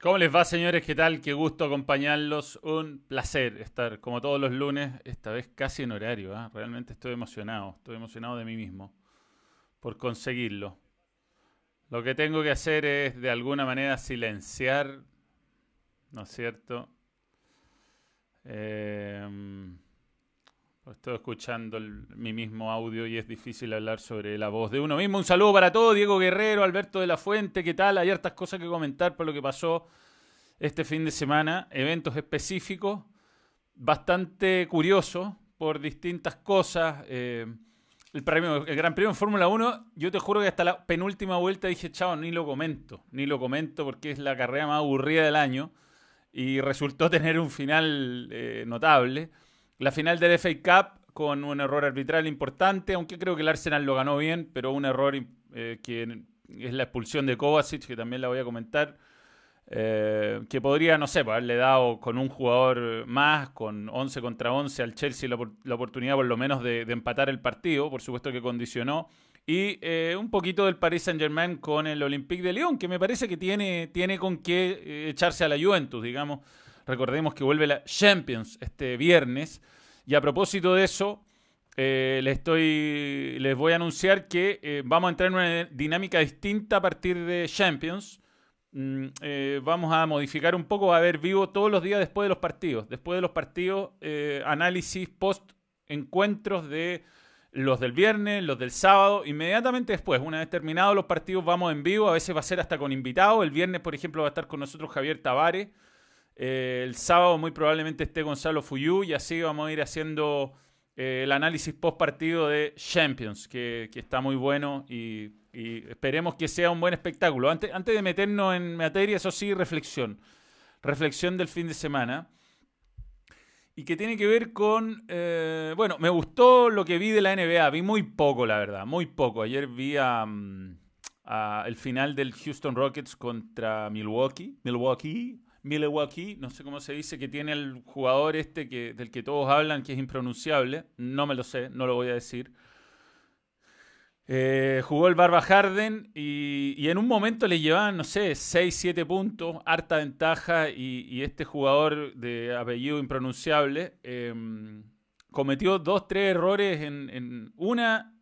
¿Cómo les va, señores? ¿Qué tal? Qué gusto acompañarlos. Un placer estar, como todos los lunes, esta vez casi en horario, ¿ah? Realmente estoy emocionado de mí mismo por conseguirlo. Lo que tengo que hacer es, de alguna manera, silenciar, ¿no es cierto? Eh, Estoy escuchando mi mismo audio y es difícil hablar sobre la voz de uno mismo. Un saludo para todos, Diego Guerrero, Alberto de la Fuente, ¿qué tal? Hay hartas cosas que comentar por lo que pasó este fin de semana, eventos específicos, bastante curiosos por distintas cosas. El Gran Premio en Fórmula Uno, yo te juro que hasta la penúltima vuelta dije, chao, ni lo comento porque es la carrera más aburrida del año y resultó tener un final notable. La final del FA Cup con un error arbitral importante, aunque creo que el Arsenal lo ganó bien, pero un error que es la expulsión de Kovacic, que también la voy a comentar. Que podría, no sé, pues, haberle dado con un jugador más, con 11 contra 11 al Chelsea la oportunidad por lo menos de empatar el partido, por supuesto que condicionó, y un poquito del Paris Saint-Germain con el Olympique de Lyon, que me parece que tiene con qué echarse a la Juventus, digamos. Recordemos que vuelve la Champions este viernes, y a propósito de eso, les voy a anunciar que vamos a entrar en una dinámica distinta a partir de Champions. Vamos a modificar un poco, va a haber vivo todos los días después de los partidos. Después de los partidos, análisis post encuentros de los del viernes, los del sábado. Inmediatamente después, una vez terminados los partidos, vamos en vivo. A veces va a ser hasta con invitados. El viernes, por ejemplo, va a estar con nosotros Javier Tavares. El sábado muy probablemente esté Gonzalo Fuyú. Y así vamos a ir haciendo el análisis post partido de Champions, que está muy bueno y esperemos que sea un buen espectáculo. Antes de meternos en materia, eso sí, reflexión. Reflexión del fin de semana. Y que tiene que ver con... bueno, me gustó lo que vi de la NBA. Vi muy poco, la verdad. Muy poco. Ayer vi el final del Houston Rockets contra Milwaukee. No sé cómo se dice, que tiene el jugador del que todos hablan, que es impronunciable. No me lo sé, no lo voy a decir. Jugó el Barba Harden y en un momento le llevaban, no sé, 6, 7 puntos, harta ventaja y este jugador de apellido impronunciable cometió 2, 3 errores en una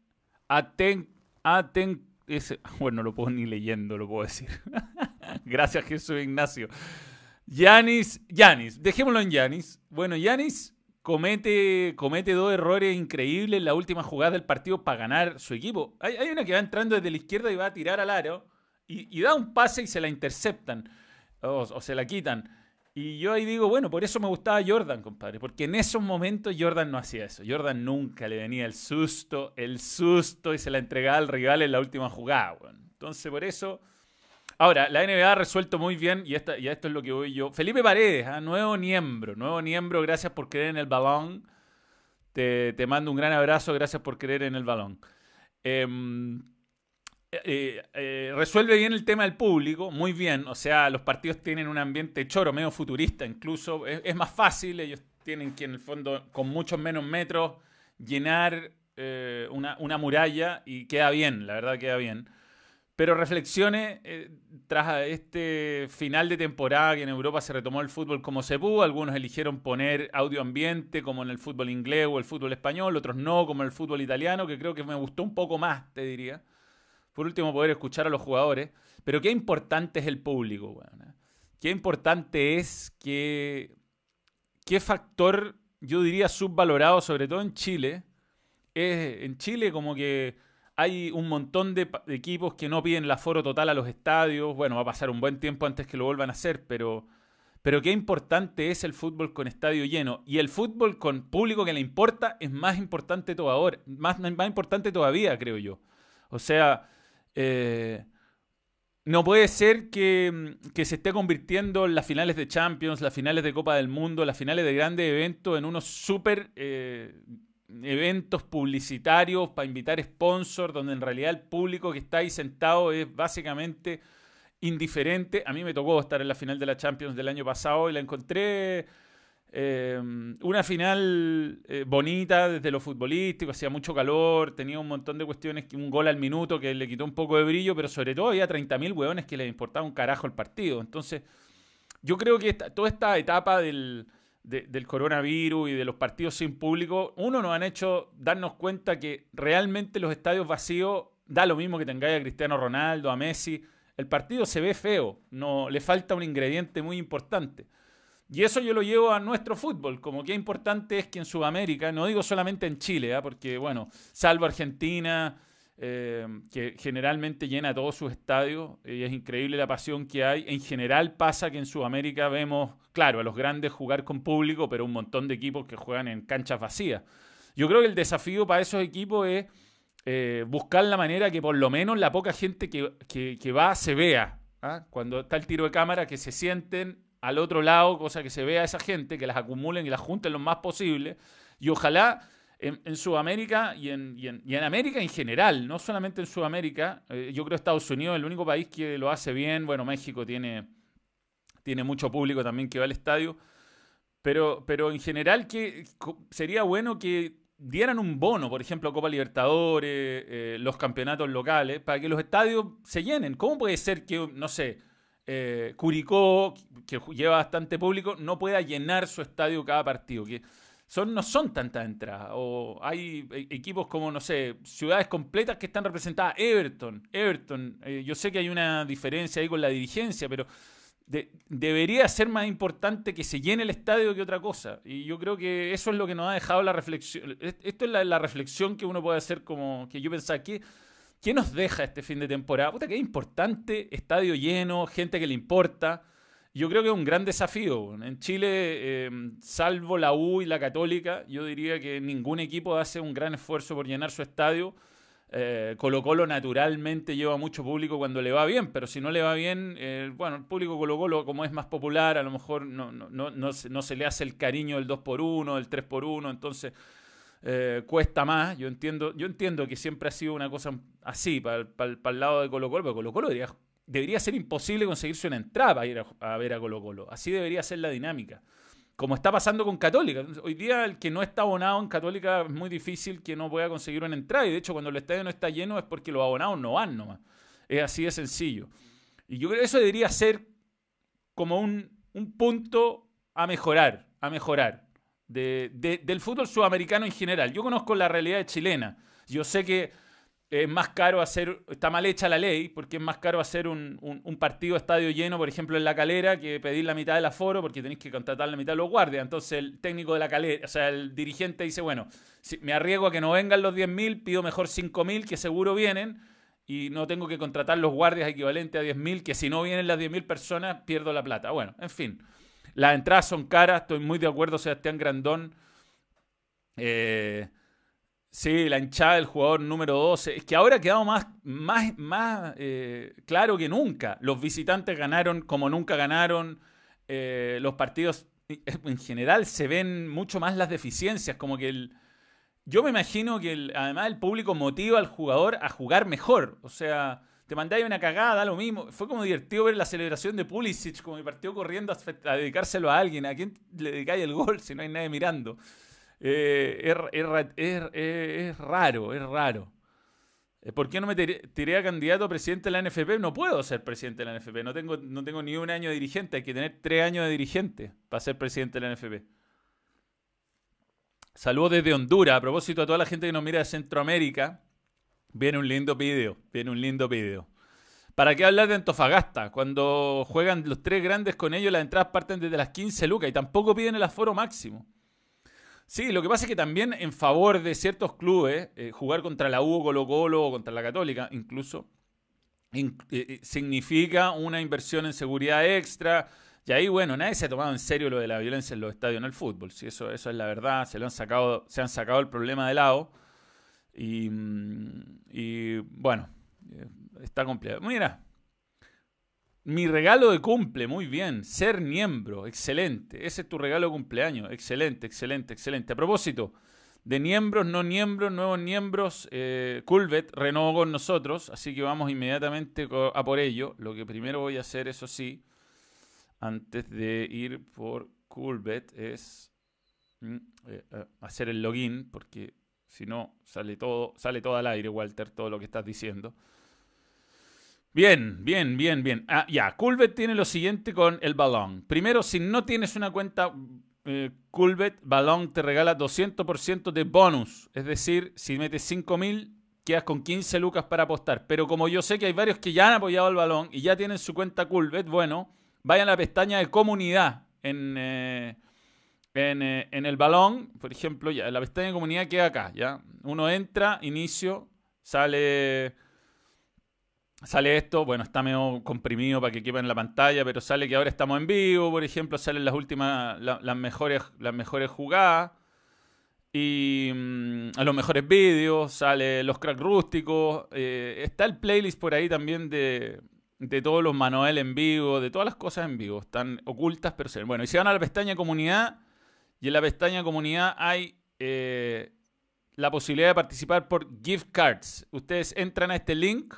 bueno, no lo puedo ni leyendo, lo puedo decir. Gracias, Jesús Ignacio. Giannis, dejémoslo en Giannis. Bueno, Giannis comete 2 errores increíbles en la última jugada del partido para ganar su equipo. Hay una que va entrando desde la izquierda y va a tirar al aro y da un pase y se la interceptan o se la quitan. Y yo ahí digo, bueno, por eso me gustaba Jordan, compadre, porque en esos momentos Jordan no hacía eso. Jordan nunca le venía el susto y se la entregaba al rival en la última jugada. Bueno. Entonces, por eso... Ahora, la NBA ha resuelto muy bien, y esto es lo que voy yo. Felipe Paredes, nuevo miembro, gracias por creer en el balón. Te mando un gran abrazo, gracias por creer en el balón. Resuelve bien el tema del público, muy bien. O sea, los partidos tienen un ambiente choro, medio futurista incluso. Es más fácil, ellos tienen que en el fondo, con muchos menos metros, llenar una muralla y queda bien, la verdad queda bien. Pero reflexiones tras este final de temporada que en Europa se retomó el fútbol como se pudo. Algunos eligieron poner audio ambiente como en el fútbol inglés o el fútbol español, otros no, como en el fútbol italiano, que creo que me gustó un poco más, te diría. Por último, poder escuchar a los jugadores. Pero qué importante es el público, bueno, qué importante es qué factor, yo diría, subvalorado, sobre todo en Chile. En Chile como que... Hay un montón de equipos que no piden el aforo total a los estadios. Bueno, va a pasar un buen tiempo antes que lo vuelvan a hacer, pero qué importante es el fútbol con estadio lleno. Y el fútbol con público que le importa es más importante todavía, más importante todavía, creo yo. O sea, no puede ser que se esté convirtiendo las finales de Champions, las finales de Copa del Mundo, las finales de grandes eventos en unos súper... eventos publicitarios para invitar sponsors, donde en realidad el público que está ahí sentado es básicamente indiferente. A mí me tocó estar en la final de la Champions del año pasado y la encontré una final bonita desde lo futbolístico, hacía mucho calor, tenía un montón de cuestiones, un gol al minuto que le quitó un poco de brillo, pero sobre todo había 30.000 hueones que les importaba un carajo el partido. Entonces yo creo que toda esta etapa del coronavirus y de los partidos sin público, uno nos han hecho darnos cuenta que realmente los estadios vacíos, da lo mismo que tengáis a Cristiano Ronaldo, a Messi, el partido se ve feo, no, le falta un ingrediente muy importante. Y eso yo lo llevo a nuestro fútbol, como que importante es que en Sudamérica, no digo solamente en Chile, porque bueno, salvo Argentina, que generalmente llena todos sus estadios, y es increíble la pasión que hay. En general pasa que en Sudamérica vemos, claro, a los grandes jugar con público, pero un montón de equipos que juegan en canchas vacías. Yo creo que el desafío para esos equipos es buscar la manera que por lo menos la poca gente que va se vea. ¿Ah? Cuando está el tiro de cámara, que se sienten al otro lado, cosa que se vea a esa gente, que las acumulen y las junten lo más posible. Y ojalá en Sudamérica y en América en general, no solamente en Sudamérica, yo creo que Estados Unidos es el único país que lo hace bien. Bueno, México tiene mucho público también que va al estadio. Pero en general que sería bueno que dieran un bono, por ejemplo, Copa Libertadores, los campeonatos locales, para que los estadios se llenen. ¿Cómo puede ser que, no sé, Curicó, que lleva bastante público, no pueda llenar su estadio cada partido? Que no son tantas entradas. O hay equipos como, no sé, ciudades completas que están representadas. Everton, yo sé que hay una diferencia ahí con la dirigencia, pero debería ser más importante que se llene el estadio que otra cosa. Y yo creo que eso es lo que nos ha dejado la reflexión. Esto es la reflexión que uno puede hacer, como que yo pensaba, ¿qué nos deja este fin de temporada? Puta, que es importante, estadio lleno, gente que le importa. Yo creo que es un gran desafío. En Chile, salvo la U y la Católica, yo diría que ningún equipo hace un gran esfuerzo por llenar su estadio. Colo-Colo naturalmente lleva mucho público cuando le va bien, pero si no le va bien, bueno, el público Colo-Colo, como es más popular, a lo mejor no se le hace el cariño del 2x1, del 3x1, entonces cuesta más. Yo entiendo que siempre ha sido una cosa así para el lado de Colo-Colo, pero Colo-Colo debería ser imposible conseguirse una entrada para ir a ver a Colo-Colo. Así debería ser la dinámica. Como está pasando con Católica. Hoy día el que no está abonado en Católica es muy difícil que no pueda conseguir una entrada. Y de hecho cuando el estadio no está lleno es porque los abonados no van nomás. Es así de sencillo. Y yo creo que eso debería ser como un punto a mejorar. Del fútbol sudamericano en general. Yo conozco la realidad chilena. Yo sé que es más caro está mal hecha la ley, porque es más caro hacer un partido estadio lleno, por ejemplo, en La Calera, que pedir la mitad del aforo, porque tenéis que contratar la mitad de los guardias. Entonces el técnico de La Calera, o sea, el dirigente dice, bueno, si me arriesgo a que no vengan los 10.000, pido mejor 5.000, que seguro vienen, y no tengo que contratar los guardias equivalentes a 10.000, que si no vienen las 10.000 personas, pierdo la plata. Bueno, en fin, las entradas son caras, estoy muy de acuerdo, Sebastián Grandón. Sí, la hinchada del jugador número 12. Es que ahora ha quedado más claro que nunca. Los visitantes ganaron como nunca ganaron. Los partidos en general se ven mucho más las deficiencias. Como que yo me imagino que además el público motiva al jugador a jugar mejor. O sea, te mandáis una cagada, da lo mismo. Fue como divertido ver la celebración de Pulisic, como el partido corriendo a dedicárselo a alguien. ¿A quién le dedicáis el gol si no hay nadie mirando? Es raro. ¿Por qué no me tiré a candidato a presidente de la NFP? No puedo ser presidente de la NFP. No tengo ni un año de dirigente. Hay que tener 3 años de dirigente para ser presidente de la NFP. Saludos desde Honduras. A propósito, a toda la gente que nos mira de Centroamérica, viene un lindo video. ¿Para qué hablar de Antofagasta? Cuando juegan los 3 grandes con ellos, las entradas parten desde las 15 lucas y tampoco piden el aforo máximo. Sí, lo que pasa es que también en favor de ciertos clubes, jugar contra la U, Colo-Colo o contra la Católica incluso, significa una inversión en seguridad extra. Y ahí, bueno, nadie se ha tomado en serio lo de la violencia en los estadios en el fútbol. Sí, eso es la verdad. Se han sacado el problema de lado. Y bueno, está complicado. Mira. Mi regalo de cumple, muy bien. Ser miembro, excelente. Ese es tu regalo de cumpleaños. Excelente. A propósito de miembros, no miembros, nuevos miembros, Culvet renovó con nosotros, así que vamos inmediatamente a por ello. Lo que primero voy a hacer, eso sí, antes de ir por Culvet, es hacer el login, porque si no sale todo al aire, Walter, todo lo que estás diciendo. Bien, bien, bien, bien. Ah, ya, Culbet tiene lo siguiente con el balón. Primero, si no tienes una cuenta Culbet, balón te regala 200% de bonus. Es decir, si metes 5.000, quedas con 15 lucas para apostar. Pero como yo sé que hay varios que ya han apoyado el balón y ya tienen su cuenta Culbet, bueno, vayan a la pestaña de comunidad en el balón. Por ejemplo, ya, la pestaña de comunidad queda acá, ¿ya? Uno entra, inicio, sale esto, bueno, está medio comprimido para que quepa en la pantalla, pero sale que ahora estamos en vivo, por ejemplo, salen las últimas, las mejores jugadas y los mejores vídeos, sale los cracks rústicos, está el playlist por ahí también de todos los manuales en vivo, de todas las cosas en vivo, están ocultas, pero se ven. Bueno, y si van a la pestaña comunidad, y en la pestaña comunidad hay la posibilidad de participar por gift cards. Ustedes entran a este link.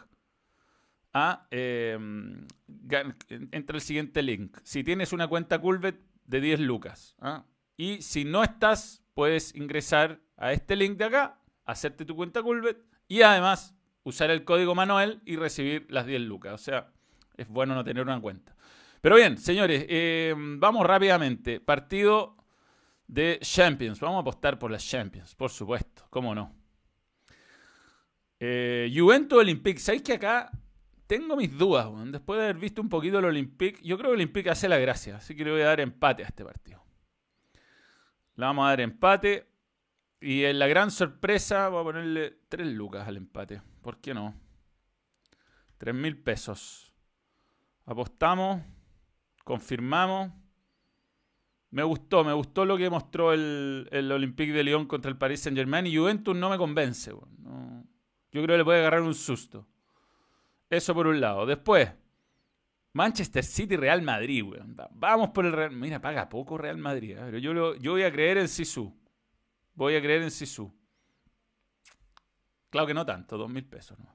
Entra el siguiente link. Si tienes una cuenta Culbet de 10 lucas. Y si no estás, puedes ingresar a este link de acá, hacerte tu cuenta Culbet y además usar el código Manuel y recibir las 10 lucas. O sea, es bueno no tener una cuenta. Pero bien, señores, vamos rápidamente. Partido de Champions. Vamos a apostar por las Champions, por supuesto. ¿Cómo no? Juventus Olympique. ¿Sabéis que acá tengo mis dudas, man? Después de haber visto un poquito el Olympique, yo creo que el Olympique hace la gracia, así que le voy a dar empate a este partido. Le vamos a dar empate y en la gran sorpresa voy a ponerle 3 lucas al empate. ¿Por qué no? 3.000 pesos. Apostamos, confirmamos. Me gustó lo que mostró el Olympique de Lyon contra el Paris Saint-Germain y Juventus no me convence. No. Yo creo que le puede agarrar un susto. Eso por un lado. Después, Manchester City, Real Madrid, weón. Vamos por el Real. Mira, paga poco Real Madrid. Pero yo voy a creer en Sisu. Voy a creer en Sisu. Claro que no tanto, 2.000 pesos. ¿No?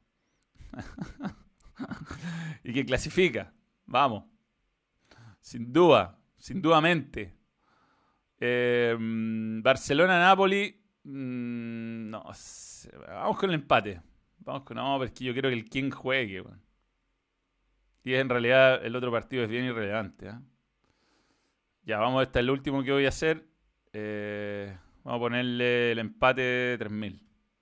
Y que clasifica. Vamos. Sin duda. Sin dudamente. Barcelona-Napoli. No. Vamos con el empate. No, pero es que yo quiero que el King juegue. Bueno. Y en realidad el otro partido es bien irrelevante. Ya, vamos, este es el último que voy a hacer. Vamos a ponerle el empate de 3.000.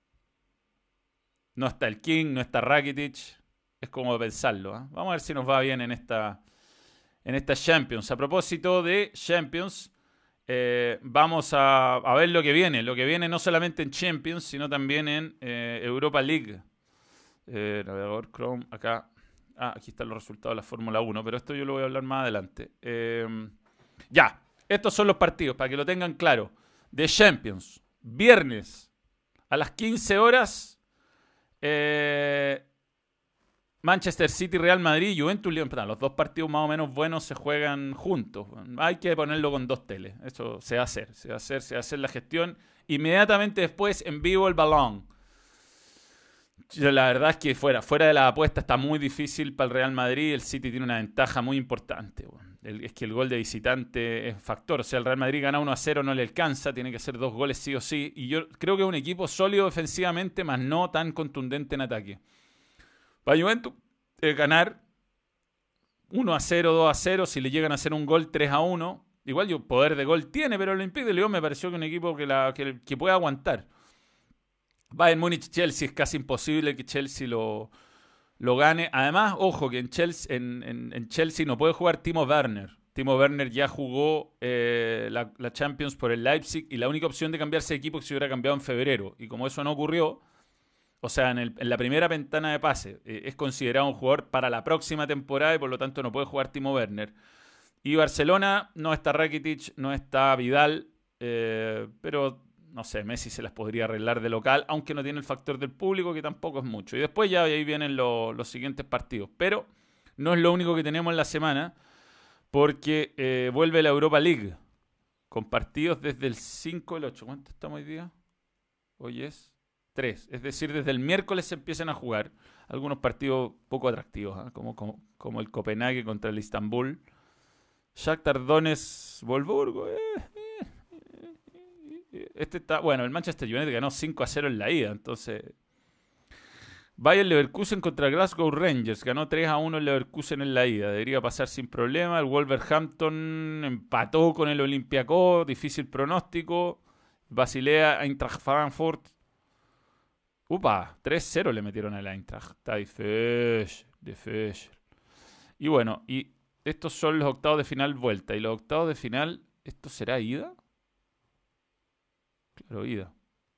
No está el King, no está Rakitic. Es como pensarlo. Vamos a ver si nos va bien en esta Champions. A propósito de Champions, vamos a ver lo que viene. Lo que viene no solamente en Champions, sino también en Europa League. Navegador Chrome, acá. Aquí están los resultados de la Fórmula 1, pero esto yo lo voy a hablar más adelante. Ya, estos son los partidos, para que lo tengan claro. De Champions, viernes a las 15 horas, Manchester City, Real Madrid, Juventus, Lyon. Los dos partidos más o menos buenos se juegan juntos. Hay que ponerlo con 2 teles. Eso se va a hacer la gestión. Inmediatamente después, en vivo el balón. La verdad es que fuera de la apuesta está muy difícil para el Real Madrid. El City tiene una ventaja muy importante. Es que el gol de visitante es factor. O sea, el Real Madrid gana 1-0, no le alcanza. Tiene que hacer 2 goles sí o sí. Y yo creo que es un equipo sólido defensivamente, más no tan contundente en ataque. Para Juventus, ganar 1-0, 2-0. Si le llegan a hacer un gol 3-1. Igual poder de gol tiene, pero el Olympique de Lyon me pareció que un equipo que puede aguantar. Bayern Múnich-Chelsea es casi imposible que Chelsea lo gane. Además, ojo, que en Chelsea no puede jugar Timo Werner. Timo Werner ya jugó la Champions por el Leipzig y la única opción de cambiarse de equipo es que se hubiera cambiado en febrero. Y como eso no ocurrió, o sea, en la primera ventana de pase, es considerado un jugador para la próxima temporada y por lo tanto no puede jugar Timo Werner. Y Barcelona no está Rakitic, no está Vidal, pero no sé, Messi se las podría arreglar de local, aunque no tiene el factor del público, que tampoco es mucho. Y después ya ahí vienen los siguientes partidos. Pero no es lo único que tenemos en la semana, porque vuelve la Europa League, con partidos desde el 5 al 8. ¿Cuánto estamos hoy día? Hoy es 3. Es decir, desde el miércoles se empiezan a jugar algunos partidos poco atractivos, como el Copenhague contra el Istanbul. Shakhtar Donetsk, Wolfsburgo. Bueno, el Manchester United ganó 5-0 en la ida, entonces Bayern Leverkusen contra Glasgow Rangers. Ganó 3-1 el Leverkusen en la ida. Debería pasar sin problema. El Wolverhampton empató con el Olympiacos. Difícil pronóstico. Basilea, Eintracht Frankfurt. Upa, 3-0 le metieron al Eintracht. Está difícil. Y bueno, y estos son los octavos de final vuelta. Y los octavos de final, ¿esto será ida? Claro, ida.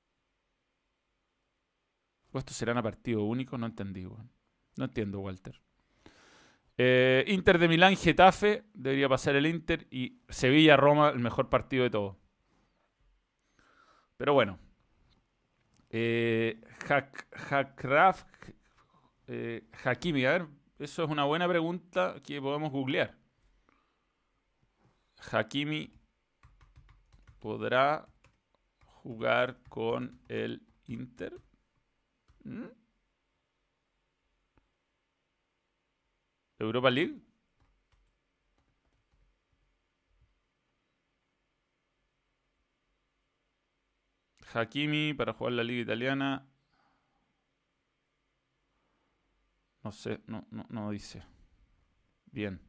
¿O estos serán a partido único? No entendí, bueno. No entiendo, Walter. Inter de Milán, Getafe. Debería pasar el Inter. Y Sevilla-Roma, el mejor partido de todos. Pero bueno. Hakimi, a ver. Eso es una buena pregunta que podemos googlear. Hakimi podrá jugar con el Inter. ¿Europa League? Hakimi para jugar la Liga Italiana. No sé, no dice. Bien.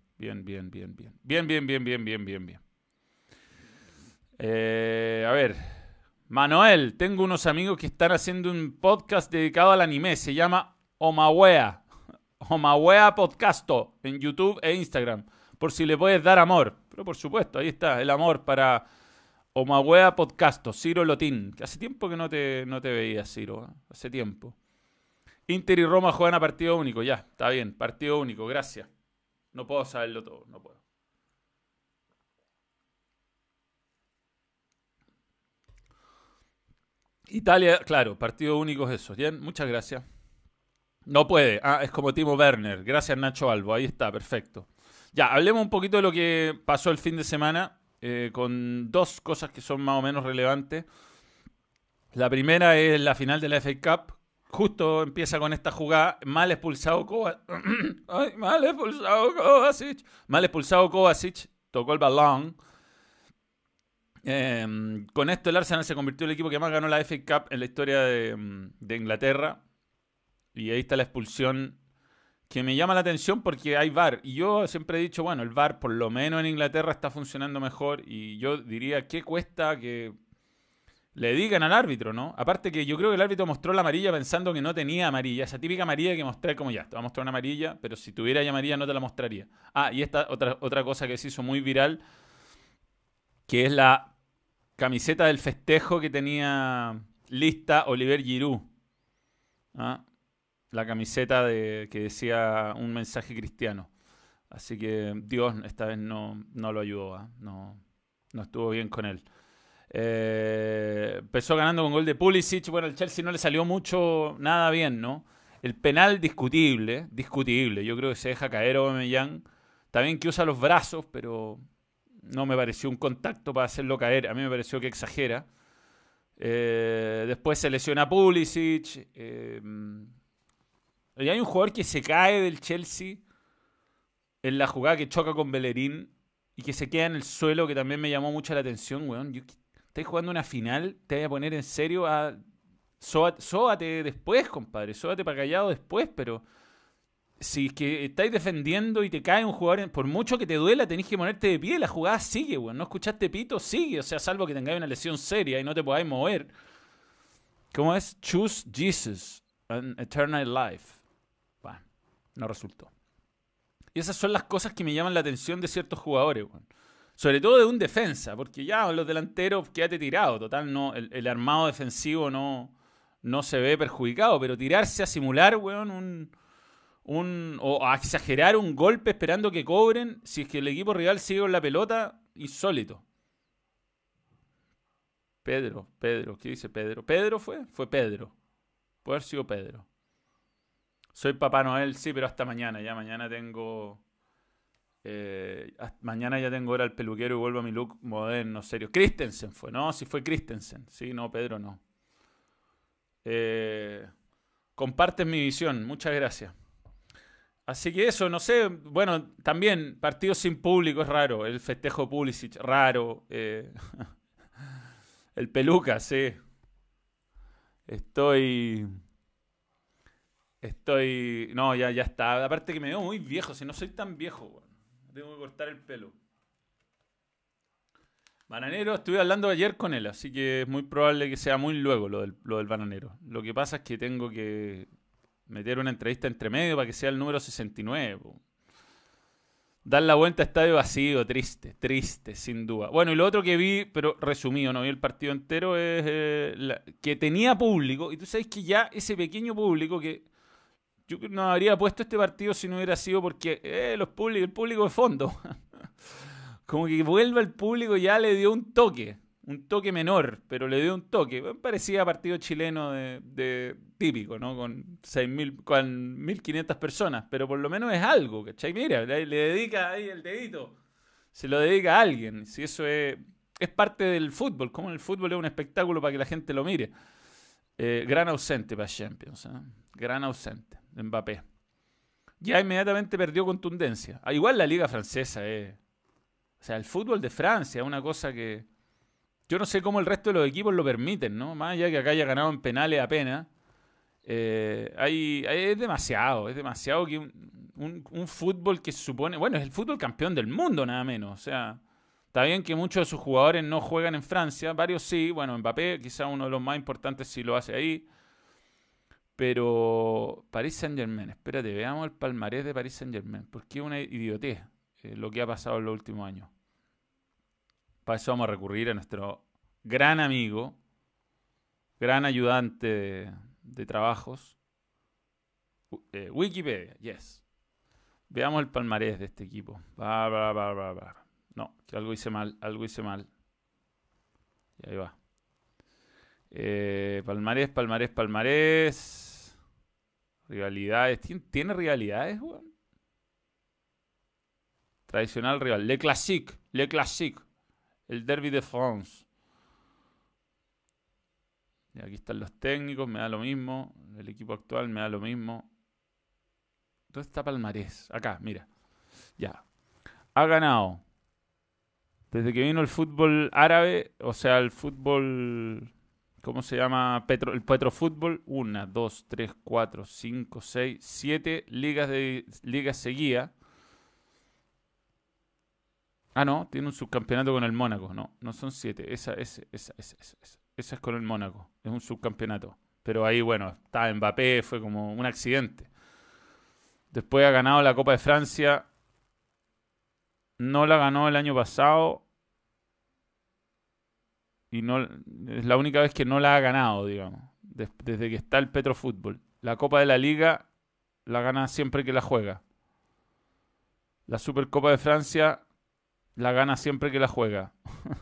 A ver. Manuel, tengo unos amigos que están haciendo un podcast dedicado al anime. Se llama Omawea. Omawea Podcasto en YouTube e Instagram. Por si le puedes dar amor. Pero por supuesto, ahí está el amor para Omawea Podcasto. Ciro Lotín. Que hace tiempo que no te veía, Ciro. Hace tiempo. Inter y Roma juegan a partido único. Ya, está bien. Partido único. Gracias. No puedo saberlo todo. No puedo. Italia, claro, partido único es eso. Bien, muchas gracias. No puede. Ah, es como Timo Werner. Gracias, Nacho Albo. Ahí está, perfecto. Ya, hablemos un poquito de lo que pasó el fin de semana con dos cosas que son más o menos relevantes. La primera es la final de la FA Cup. Justo empieza con esta jugada. Mal expulsado Kovacic. Ay, mal expulsado Kovacic. Mal expulsado Kovacic. Tocó el balón. Con esto el Arsenal se convirtió en el equipo que más ganó la FA Cup en la historia de Inglaterra. Y ahí está la expulsión que me llama la atención porque hay VAR. Y yo siempre he dicho, bueno, el VAR por lo menos en Inglaterra está funcionando mejor. Y yo diría, ¿qué cuesta que le digan al árbitro, no? Aparte que yo creo que el árbitro mostró la amarilla pensando que no tenía amarilla. Esa típica amarilla que mostré como ya, te va a mostrar una amarilla, pero si tuviera ya amarilla no te la mostraría. Ah, y esta otra cosa que se hizo muy viral, que es la camiseta del festejo que tenía lista Oliver Giroud. ¿Ah? La camiseta que decía un mensaje cristiano. Así que Dios esta vez no lo ayudó. ¿Ah? No estuvo bien con él. Empezó ganando con gol de Pulisic. Bueno, el Chelsea no le salió nada bien, ¿no? El penal discutible. Yo creo que se deja caer Aubameyang. Está bien que usa los brazos, pero no me pareció un contacto para hacerlo caer. A mí me pareció que exagera. Después se lesiona Pulisic. Y hay un jugador que se cae del Chelsea en la jugada que choca con Bellerín y que se queda en el suelo, que también me llamó mucho la atención, weón. Estás jugando una final, te voy a poner en serio a... Sóbate después, compadre. Sóbate para callado después, pero... Si es que estáis defendiendo y te cae un jugador, por mucho que te duela, tenés que ponerte de pie, la jugada sigue, weón. No escuchaste pito, sigue. O sea, salvo que tengáis una lesión seria y no te podáis mover. ¿Cómo es? Choose Jesus, an eternal life. Bueno, no resultó. Y esas son las cosas que me llaman la atención de ciertos jugadores, weón. Sobre todo de un defensa, porque ya los delanteros quédate tirado. Total, no, el armado defensivo no se ve perjudicado, pero tirarse a simular, weón, o a exagerar un golpe esperando que cobren si es que el equipo rival sigue con la pelota, insólito. Pedro, ¿qué dice Pedro? ¿Pedro fue? Fue Pedro. Puede haber sido Pedro. Soy Papá Noel, sí, pero hasta mañana. Ya mañana tengo... mañana ya tengo hora al peluquero y vuelvo a mi look moderno, serio. Christensen fue, ¿no? Si fue Christensen. Sí, no, Pedro no. Compartes mi visión, muchas gracias. Así que eso, no sé, bueno, también partidos sin público es raro, el festejo Pulisic, raro. El peluca, sí. Estoy Estoy... No, ya está. Aparte que me veo muy viejo, si no soy tan viejo, weón. Tengo que cortar el pelo. Bananero, estuve hablando ayer con él, así que es muy probable que sea muy luego lo del bananero. Lo que pasa es que tengo que meter una entrevista entre medio para que sea el número 69. Po. Dar la vuelta a estadio vacío, triste, triste, sin duda. Bueno, y lo otro que vi, pero resumido, no vi el partido entero, es que tenía público. Y tú sabes que ya ese pequeño público que yo no habría puesto este partido si no hubiera sido porque el público de fondo. Como que vuelva el público ya le dio un toque menor, pero le dio un toque. Parecía partido chileno de típico, ¿no? Con 6.000, con 1.500 personas, pero por lo menos es algo, ¿cachai? Mira, le dedica ahí el dedito, se lo dedica a alguien. Si eso es parte del fútbol, como el fútbol es un espectáculo para que la gente lo mire. Gran ausente para Champions, ¿eh? Gran ausente, Mbappé. Ya inmediatamente perdió contundencia. Igual la liga francesa es... O sea, el fútbol de Francia es una cosa que... Yo no sé cómo el resto de los equipos lo permiten, ¿no? Más allá que acá haya ganado en penales apenas. Es demasiado que un fútbol que se supone... Bueno, es el fútbol campeón del mundo, nada menos. O sea, está bien que muchos de sus jugadores no juegan en Francia, varios sí. Bueno, Mbappé, quizá uno de los más importantes, sí lo hace ahí. Pero Paris Saint-Germain, espérate, veamos el palmarés de Paris Saint-Germain. Porque es una idiotez lo que ha pasado en los últimos años. Para eso vamos a recurrir a nuestro gran amigo, gran ayudante de trabajos, Wikipedia, yes. Veamos el palmarés de este equipo. No, que algo hice mal. Y ahí va. Palmarés. Rivalidades. ¿Tiene rivalidades, weón? Tradicional rival. Le Classique. El Derby de France. Y aquí están los técnicos, me da lo mismo. El equipo actual me da lo mismo. ¿Dónde está palmarés? Acá, mira. Ya. Ha ganado. Desde que vino el fútbol árabe, o sea, el fútbol... ¿Cómo se llama? El Petrofútbol. 1, 2, 3, 4, 5, 6, 7 ligas seguidas. Ah, no, tiene un subcampeonato con el Mónaco. No son 7. Esa es con el Mónaco. Es un subcampeonato. Pero ahí, bueno, está Mbappé, fue como un accidente. Después ha ganado la Copa de Francia. No la ganó el año pasado. Y no es la única vez que no la ha ganado, digamos. Desde que está el Petrofútbol. La Copa de la Liga la gana siempre que la juega. La Supercopa de Francia la gana siempre que la juega.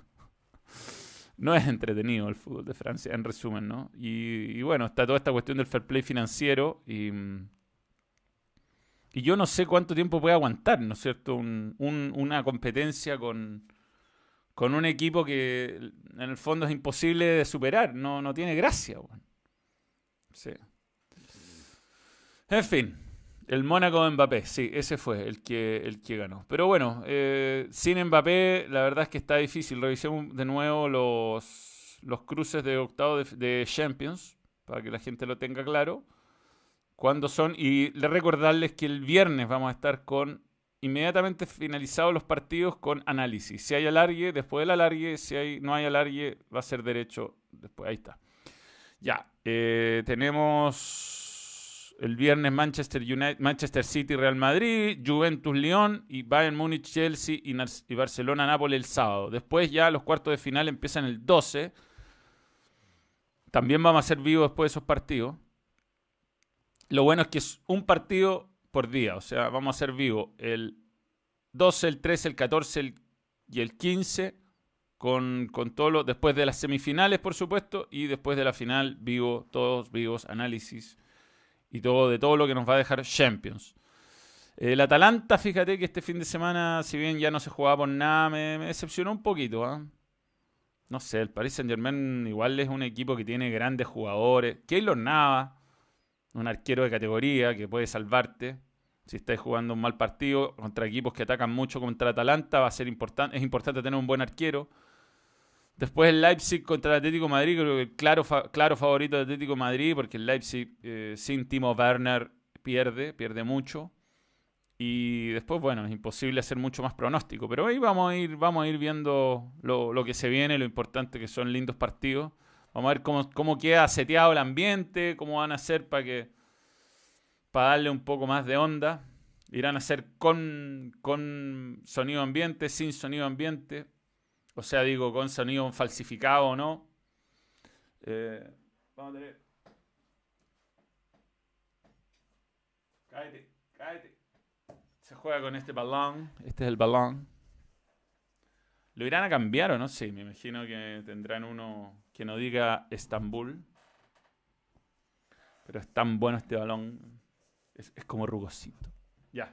No es entretenido el fútbol de Francia, en resumen, ¿no? Y bueno, está toda esta cuestión del fair play financiero y yo no sé cuánto tiempo puede aguantar, ¿no es cierto? Una competencia con un equipo que en el fondo es imposible de superar, no tiene gracia, bueno. Sí. En fin. El Mónaco de Mbappé, sí, ese fue el que ganó. Pero bueno, sin Mbappé, la verdad es que está difícil. Revisemos de nuevo los cruces de octavo de Champions, para que la gente lo tenga claro. ¿Cuándo son? Y recordarles que el viernes vamos a estar con inmediatamente finalizados los partidos con análisis. Si hay alargue, después del alargue. Si no hay alargue, va a ser derecho después. Ahí está. Ya, tenemos... El viernes Manchester City, Real Madrid, Juventus, Lyon y Bayern Múnich, Chelsea y Barcelona, Nápoles el sábado. Después ya los cuartos de final empiezan el 12. También vamos a ser vivos después de esos partidos. Lo bueno es que es un partido por día. O sea, vamos a ser vivos el 12, el 13, el 14 y el 15 con todo lo... Después de las semifinales, por supuesto, y después de la final, todos vivos, análisis y de todo lo que nos va a dejar Champions. El Atalanta, fíjate que este fin de semana, si bien ya no se jugaba por nada, me decepcionó un poquito. ¿Eh? No sé, el Paris Saint-Germain igual es un equipo que tiene grandes jugadores. Keylor Navas, un arquero de categoría que puede salvarte. Si estás jugando un mal partido contra equipos que atacan mucho contra el Atalanta, va a ser importante. Es importante tener un buen arquero. Después el Leipzig contra el Atlético de Madrid, creo que el claro favorito del Atlético de Madrid, porque el Leipzig sin Timo Werner pierde mucho. Y después, bueno, es imposible hacer mucho más pronóstico. Pero ahí vamos a ir viendo lo que se viene, lo importante que son lindos partidos. Vamos a ver cómo queda seteado el ambiente, cómo van a hacer para darle un poco más de onda. Irán a hacer con sonido ambiente, sin sonido ambiente. O sea, digo, con sonido falsificado o no. Vamos a tener... Cállate. Se juega con este balón. Este es el balón. ¿Lo irán a cambiar o no? Sí, me imagino que tendrán uno que no diga Estambul. Pero es tan bueno este balón. Es como rugosito. Ya.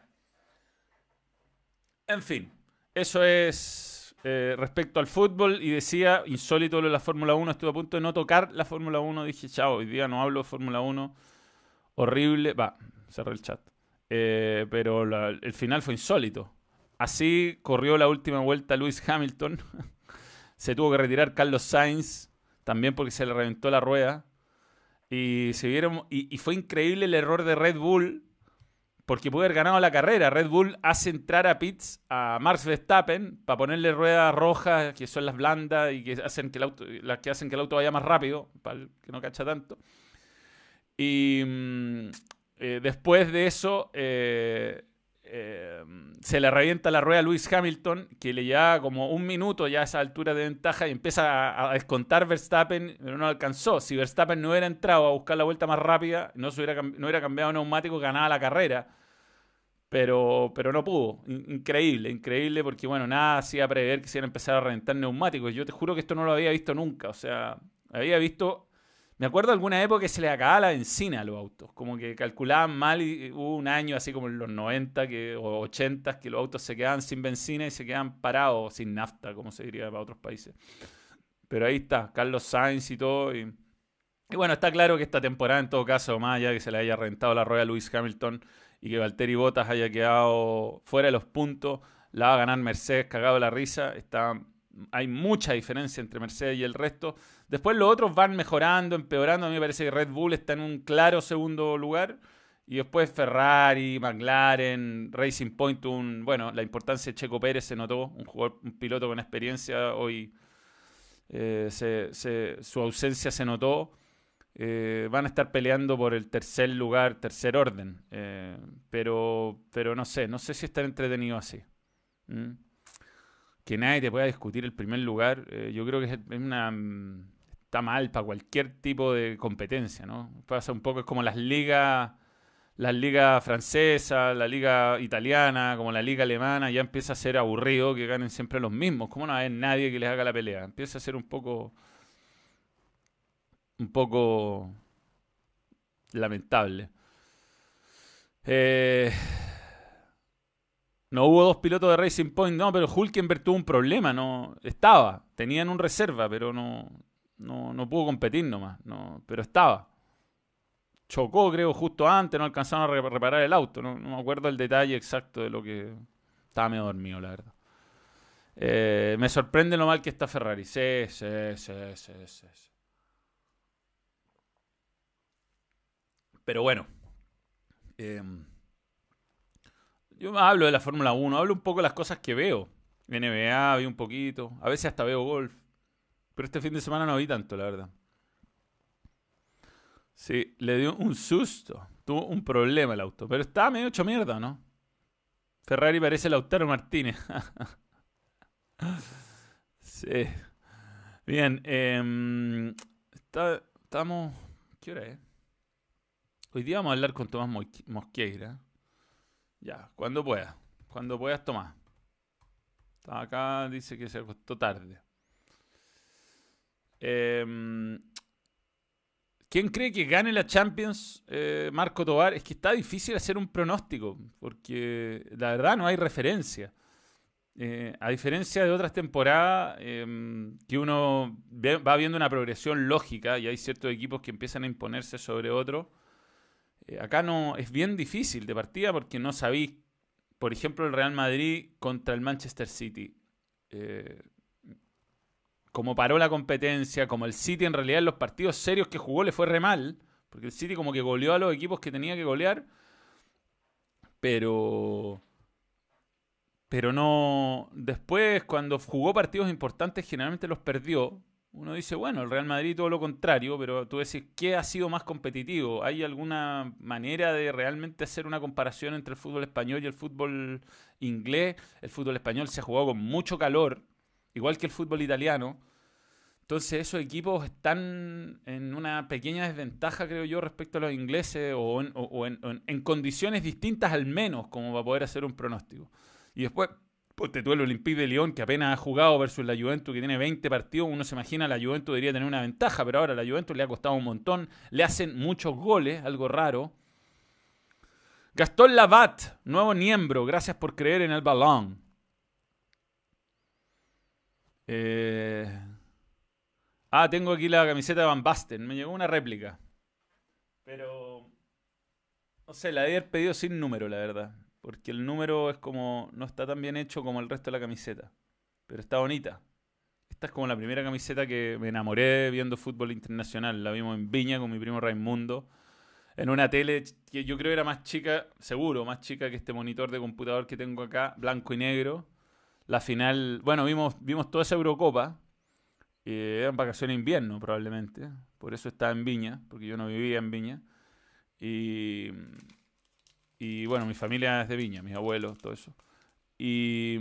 En fin. Eso es respecto al fútbol. Y decía, insólito lo de la Fórmula 1. Estuve a punto de no tocar la Fórmula 1. Dije, chao, hoy día no hablo de Fórmula 1. Horrible. Va, cerré el chat. Pero el final fue insólito. Así corrió la última vuelta Lewis Hamilton. Se tuvo que retirar Carlos Sainz, también porque se le reventó la rueda. Y fue increíble el error de Red Bull, porque pudo haber ganado la carrera. Red Bull hace entrar a pits a Max Verstappen para ponerle ruedas rojas, que son las blandas y que hacen que las que hacen que el auto vaya más rápido, para el que no cacha tanto. Y después de eso se le revienta la rueda a Lewis Hamilton, que le llevaba como un minuto ya a esa altura de ventaja, y empieza a descontar Verstappen, pero no alcanzó. Si Verstappen no hubiera entrado a buscar la vuelta más rápida, no hubiera cambiado neumático, ganaba la carrera. Pero no pudo. Increíble, porque bueno, nada hacía prever que se iban a empezar a reventar neumáticos. Yo te juro que esto no lo había visto nunca. O sea, había visto... Me acuerdo de alguna época que se le acababa la benzina a los autos. Como que calculaban mal y hubo un año así como en los 90 o 80 que los autos se quedaban sin benzina y se quedaban parados, sin nafta, como se diría para otros países. Pero ahí está, Carlos Sainz y todo. Y bueno, está claro que esta temporada en todo caso, más allá de que se le haya reventado la rueda a Lewis Hamilton y que Valtteri Bottas haya quedado fuera de los puntos, la va a ganar Mercedes cagado de la risa. Hay mucha diferencia entre Mercedes y el resto. Después los otros van mejorando, empeorando. A mí me parece que Red Bull está en un claro segundo lugar. Y después Ferrari, McLaren, Racing Point. Bueno, la importancia de Checo Pérez se notó. Un piloto con experiencia. Hoy su ausencia se notó. Van a estar peleando por el tercer lugar, tercer orden. Pero no sé si estar entretenido así. Que nadie te pueda discutir el primer lugar, yo creo que está mal para cualquier tipo de competencia, ¿no? Pasa un poco, es como las ligas francesas, la liga italiana, como la liga alemana, ya empieza a ser aburrido que ganen siempre los mismos. ¿Cómo no va a haber nadie que les haga la pelea? Empieza a ser un poco lamentable. No hubo dos pilotos de Racing Point, no, pero Hülkenberg tuvo un problema, no tenían un reserva, pero no pudo competir nomás, no, pero estaba. Chocó, creo, justo antes, no alcanzaron a reparar el auto, no me acuerdo el detalle exacto de lo que... Estaba medio dormido, la verdad. Me sorprende lo mal que está Ferrari. Sí. Pero bueno. Yo hablo de la Fórmula 1, hablo un poco de las cosas que veo. NBA, vi un poquito, a veces hasta veo golf. Pero este fin de semana no vi tanto, la verdad. Sí, le dio un susto. Tuvo un problema el auto. Pero estaba medio hecho mierda, ¿no? Ferrari parece Lautaro Martínez. Sí. Bien, estamos... ¿Qué hora es? Hoy día vamos a hablar con Tomás Mosqueira. Ya, cuando puedas, Tomás. Acá dice que se acostó tarde. ¿Quién cree que gane la Champions, Marco Tovar? Es que está difícil hacer un pronóstico, porque la verdad no hay referencia. A diferencia de otras temporadas, que uno va viendo una progresión lógica y hay ciertos equipos que empiezan a imponerse sobre otros. Acá no es bien difícil de partida porque no sabéis, por ejemplo, el Real Madrid contra el Manchester City. como paró la competencia, como el City en realidad en los partidos serios que jugó le fue re mal, porque el City como que goleó a los equipos que tenía que golear, pero no. Después, cuando jugó partidos importantes, generalmente los perdió. Uno dice, bueno, el Real Madrid todo lo contrario, pero tú decís, ¿qué ha sido más competitivo? ¿Hay alguna manera de realmente hacer una comparación entre el fútbol español y el fútbol inglés? El fútbol español se ha jugado con mucho calor, igual que el fútbol italiano. Entonces esos equipos están en una pequeña desventaja, creo yo, respecto a los ingleses o en condiciones distintas al menos, como para poder hacer un pronóstico. Y después, ponte tú el Olympique de Lyon, que apenas ha jugado versus la Juventus, que tiene 20 partidos. Uno se imagina la Juventus debería tener una ventaja, pero ahora la Juventus le ha costado un montón. Le hacen muchos goles, algo raro. Gastón Lavat, nuevo miembro, gracias por creer en el balón. Tengo aquí la camiseta de Van Basten. Me llegó una réplica. Pero, no sé, la de haber pedido sin número, la verdad. Porque el número es como, no está tan bien hecho como el resto de la camiseta. Pero está bonita. Esta es como la primera camiseta que me enamoré viendo fútbol internacional. La vimos en Viña con mi primo Raimundo. En una tele que yo creo era más chica, seguro, más chica que este monitor de computador que tengo acá, blanco y negro. La final, bueno, vimos toda esa Eurocopa. Eran vacaciones de invierno probablemente. Por eso estaba en Viña, porque yo no vivía en Viña. Y bueno, mi familia es de Viña, mis abuelos, todo eso. Y,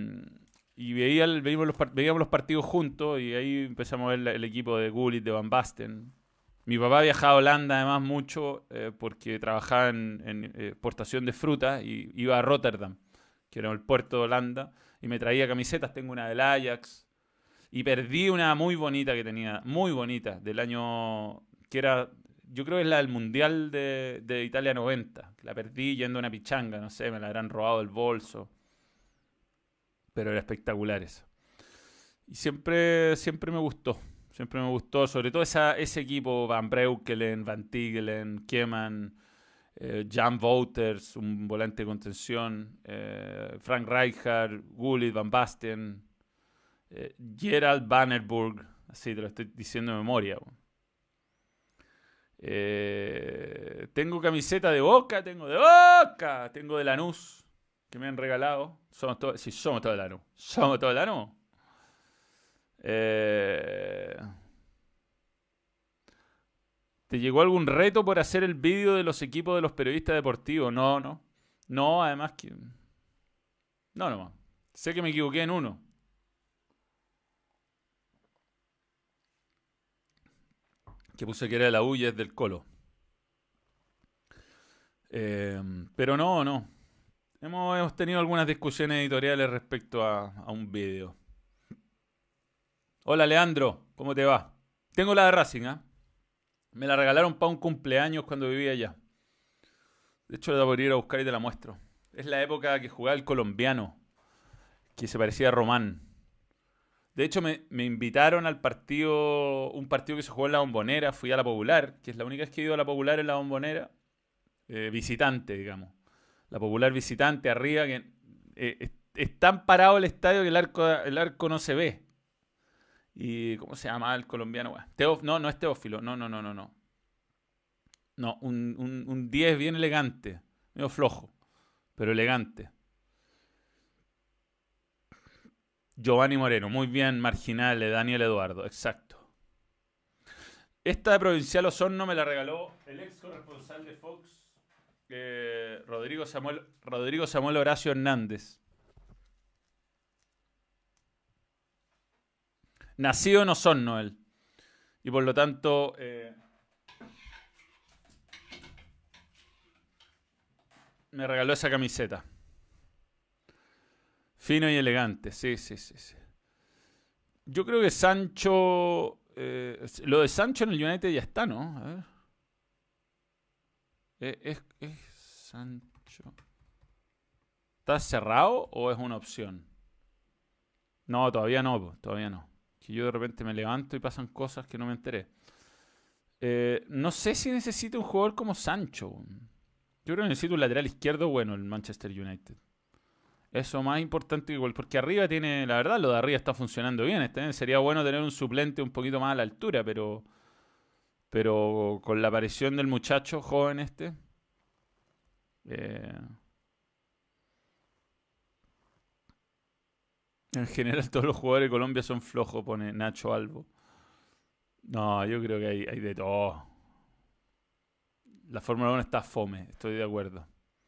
veíamos los partidos juntos y ahí empezamos a ver el equipo de Gullit, de Van Basten. Mi papá viajaba a Holanda además mucho porque trabajaba en exportación de fruta y iba a Rotterdam, que era el puerto de Holanda, y me traía camisetas. Tengo una del Ajax y perdí una muy bonita que tenía, muy bonita, del año que era, yo creo que es la del Mundial de Italia 90. La perdí yendo a una pichanga, no sé, me la habrán robado del bolso. Pero era espectacular esa. Y siempre me gustó. Siempre me gustó, sobre todo ese equipo, Van Breukelen, Van Tigelen, Keman, Jan Wouters, un volante de contención, Frank Rijkaard, Gullit, Van Basten, Gerald Vandenberg, así te lo estoy diciendo de memoria. Tengo camiseta de Boca, tengo de Lanús, que me han regalado. Somos todos de Lanús. Somos todos de Lanús. ¿Te llegó algún reto por hacer el vídeo de los equipos de los periodistas deportivos? No. No, además que... No, nomás. Sé que me equivoqué en uno. Que puse que era de la U y es del Colo. Pero no. Hemos tenido algunas discusiones editoriales respecto a un vídeo. Hola, Leandro. ¿Cómo te va? Tengo la de Racing, ¿eh? Me la regalaron para un cumpleaños cuando vivía allá. De hecho, la voy a ir a buscar y te la muestro. Es la época que jugaba el colombiano, que se parecía a Román. De hecho, me invitaron al partido, un partido que se jugó en la Bombonera. Fui a la Popular, que es la única vez que he ido a la Popular en la Bombonera. Visitante, digamos. La Popular visitante, arriba, que es tan parado el estadio que el arco no se ve. ¿Y cómo se llama el colombiano? Bueno, no es Teófilo. No. No, un 10 bien elegante. Medio flojo, pero elegante. Giovanni Moreno, muy bien, marginal, de Daniel Eduardo, exacto. Esta de Provincial Osorno me la regaló el ex corresponsal de Fox, Rodrigo Samuel Horacio Hernández. Nacido en Osorno él. Y por lo tanto... me regaló esa camiseta. Fino y elegante, sí. Yo creo que Sancho... lo de Sancho en el United ya está, ¿no? A ver. ¿Es Sancho? ¿Está cerrado o es una opción? No, todavía no. Que yo de repente me levanto y pasan cosas que no me enteré. No sé si necesito un jugador como Sancho. Yo creo que necesito un lateral izquierdo bueno el Manchester United. Eso más importante que porque arriba tiene, la verdad, lo de arriba está funcionando bien. Sería bueno tener un suplente un poquito más a la altura, pero con la aparición del muchacho joven eh, en general todos los jugadores de Colombia son flojos, pone Nacho Albo. No, yo creo que hay de todo. La Fórmula 1 está fome, estoy de acuerdo.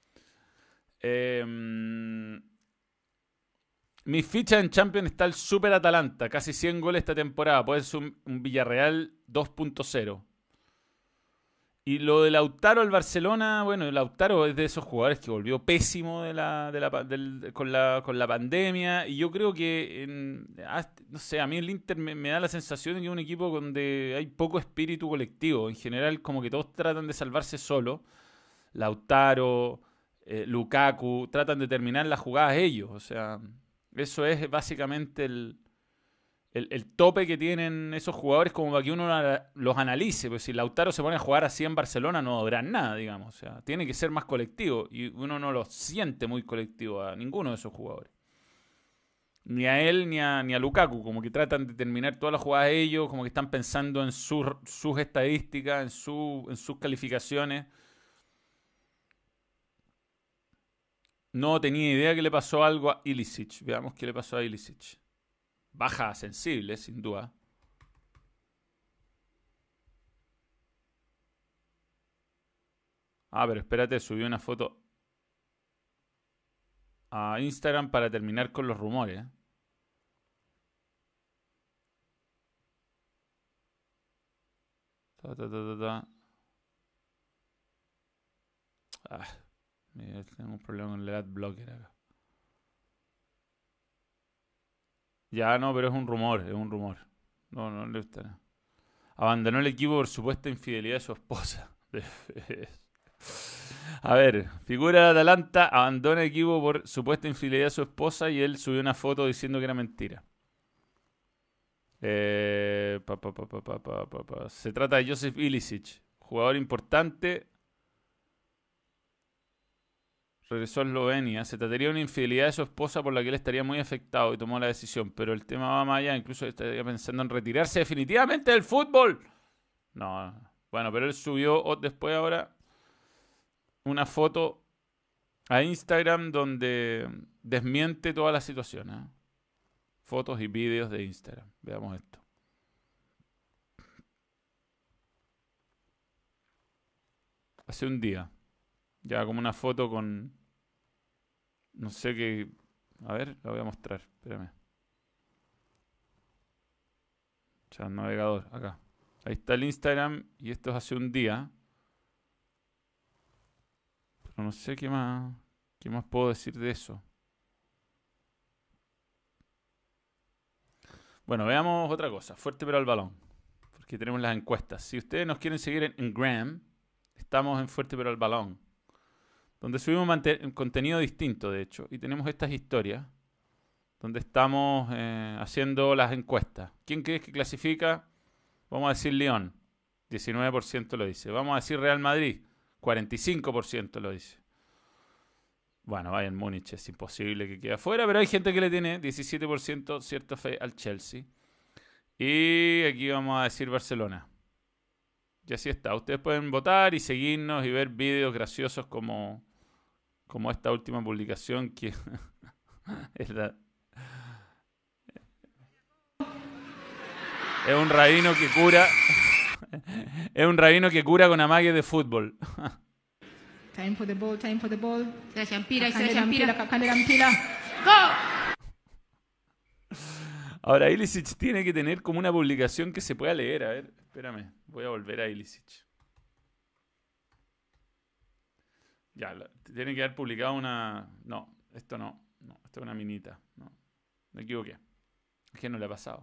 Mi ficha en Champions está el Super Atalanta, casi 100 goles esta temporada. Puede ser un Villarreal 2.0. Y lo de Lautaro al Barcelona, bueno, Lautaro es de esos jugadores que volvió pésimo con la pandemia. Y yo creo que, no sé, a mí el Inter me da la sensación de que es un equipo donde hay poco espíritu colectivo. En general, como que todos tratan de salvarse solo. Lautaro, Lukaku, tratan de terminar las jugadas ellos. O sea, eso es básicamente el tope que tienen esos jugadores como para que uno los analice. Pues si Lautaro se pone a jugar así en Barcelona no habrá nada, digamos. O sea, tiene que ser más colectivo. Y uno no lo siente muy colectivo a ninguno de esos jugadores. Ni a él ni a Lukaku. Como que tratan de terminar todas las jugadas ellos. Como que están pensando en sus estadísticas, en sus calificaciones. No tenía idea que le pasó algo a Ilicic. Veamos qué le pasó a Ilicic. Baja sensible, sin duda. Ah, pero espérate, subí una foto a Instagram para terminar con los rumores. Mira, tengo un problema con el adblocker acá. Ya no, pero es un rumor, es un rumor. No le gusta nada. Abandonó el equipo por supuesta infidelidad de su esposa. A ver, figura de Atalanta, abandona el equipo por supuesta infidelidad de su esposa y él subió una foto diciendo que era mentira. Se trata de Joseph Ilicic, jugador importante. Regresó a Eslovenia. Se trataría de una infidelidad de su esposa por la que él estaría muy afectado y tomó la decisión. Pero el tema va más allá. Incluso estaría pensando en retirarse definitivamente del fútbol. No. Bueno, pero él subió después ahora una foto a Instagram donde desmiente toda la situación. Fotos y vídeos de Instagram. Veamos esto. Hace un día. Ya como una foto con... No sé qué... A ver, la voy a mostrar. Espérame. O sea, el navegador, acá. Ahí está el Instagram y esto es hace un día. Pero no sé qué más puedo decir de eso. Bueno, veamos otra cosa. Fuerte pero al balón. Porque tenemos las encuestas. Si ustedes nos quieren seguir en Gram, estamos en Fuerte pero al balón. Donde subimos contenido distinto, de hecho. Y tenemos estas historias. Donde estamos haciendo las encuestas. ¿Quién crees que clasifica? Vamos a decir Lyon. 19% lo dice. Vamos a decir Real Madrid. 45% lo dice. Bueno, Bayern Múnich es imposible que quede afuera, pero hay gente que le tiene 17% cierta fe al Chelsea. Y aquí vamos a decir Barcelona. Y así está. Ustedes pueden votar y seguirnos y ver vídeos graciosos como esta última publicación que es un rabino que cura. Es un rabino que cura con amague de fútbol. Time for the ball, time for the ball. Champira. ¡Go! Ahora, Ilicic tiene que tener como una publicación que se pueda leer. A ver, espérame. Voy a volver a Ilicic. Ya, tiene que haber publicado una... No, esto no. No, esto es una minita. No, me equivoqué. Es que no le ha pasado.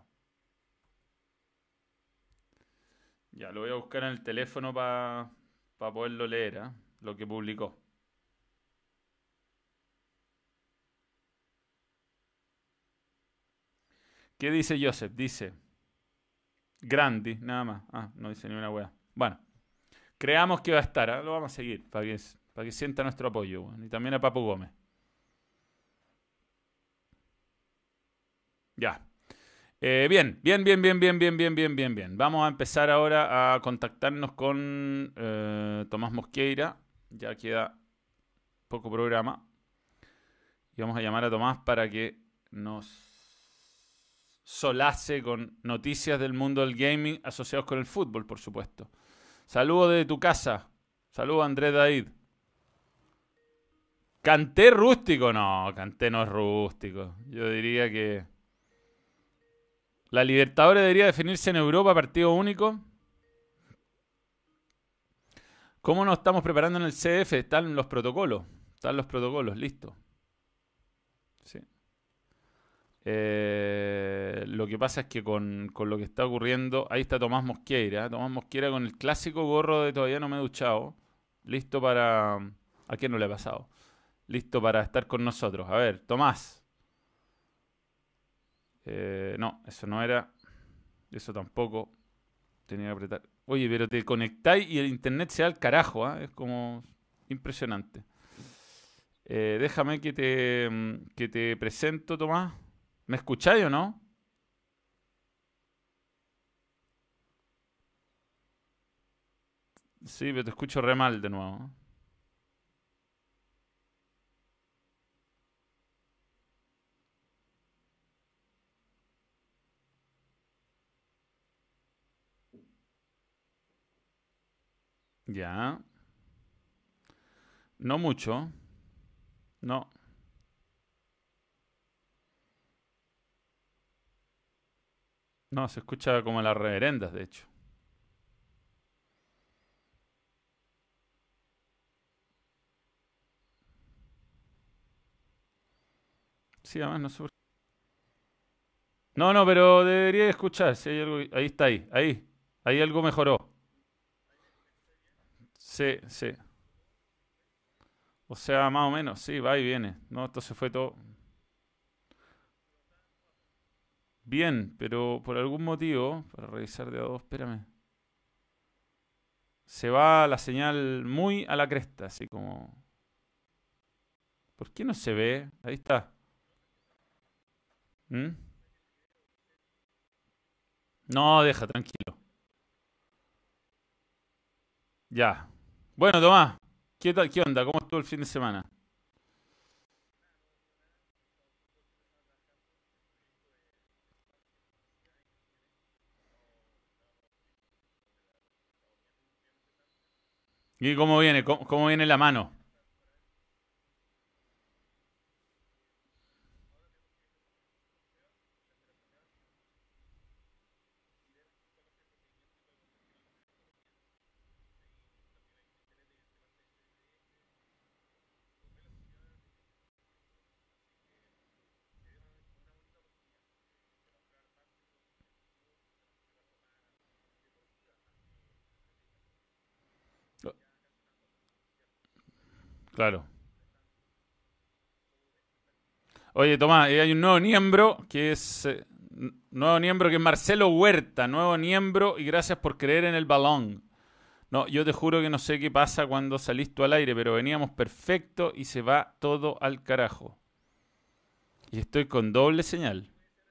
Ya, lo voy a buscar en el teléfono para poderlo leer, lo que publicó. ¿Qué dice Joseph? Dice Grandi, nada más. No dice ni una wea. Bueno, creamos que va a estar, lo vamos a seguir para que sienta nuestro apoyo. Y también a Papo Gómez. Ya. Bien, bien, bien, bien, bien, bien, bien, bien, bien, bien. Vamos a empezar ahora a contactarnos con Tomás Mosqueira. Ya queda poco programa. Y vamos a llamar a Tomás para que nos solace con noticias del mundo del gaming asociados con el fútbol, por supuesto. Saludos de tu casa. Saludos, Andrés David. ¿Canté rústico? No, Canté no es rústico. Yo diría que la Libertadores debería definirse en Europa, partido único. ¿Cómo nos estamos preparando en el CF? Están los protocolos. Están los protocolos, listo. Sí. Lo que pasa es que con lo que está ocurriendo, ahí está Tomás Mosqueira. Tomás Mosqueira con el clásico gorro de todavía no me he duchado. Listo para... ¿A quién no le ha pasado? Listo para estar con nosotros. A ver, Tomás. No, eso no era. Eso tampoco. Tenía que apretar. Oye, pero te conectáis y el internet se da al carajo, ¿eh? Es como impresionante. Déjame que te presento, Tomás. ¿Me escucháis o no? Sí, pero te escucho re mal de nuevo. Ya. No mucho. No. No, se escucha como las reverendas, de hecho. Sí, además no sé por qué. No, no, pero debería escuchar. Si hay algo... Ahí está, ahí. Ahí. Ahí algo mejoró. Sí, sí. O sea, más o menos. Sí, va y viene. No, esto se fue todo. Bien, pero por algún motivo, para revisar de a dos, espérame. Se va la señal muy a la cresta, así como... ¿Por qué no se ve? Ahí está. ¿Mm? No, deja, tranquilo. Ya. Bueno, Tomás, ¿qué tal? ¿Qué onda? ¿Cómo estuvo el fin de semana? ¿Y cómo viene? ¿Cómo viene la mano? Claro. Oye, Tomás, hay un nuevo miembro que es... nuevo miembro que es Marcelo Huerta. Nuevo miembro y gracias por creer en el balón. No, yo te juro que no sé qué pasa cuando salís tú al aire, pero veníamos perfecto y se va todo al carajo. Y estoy con doble señal.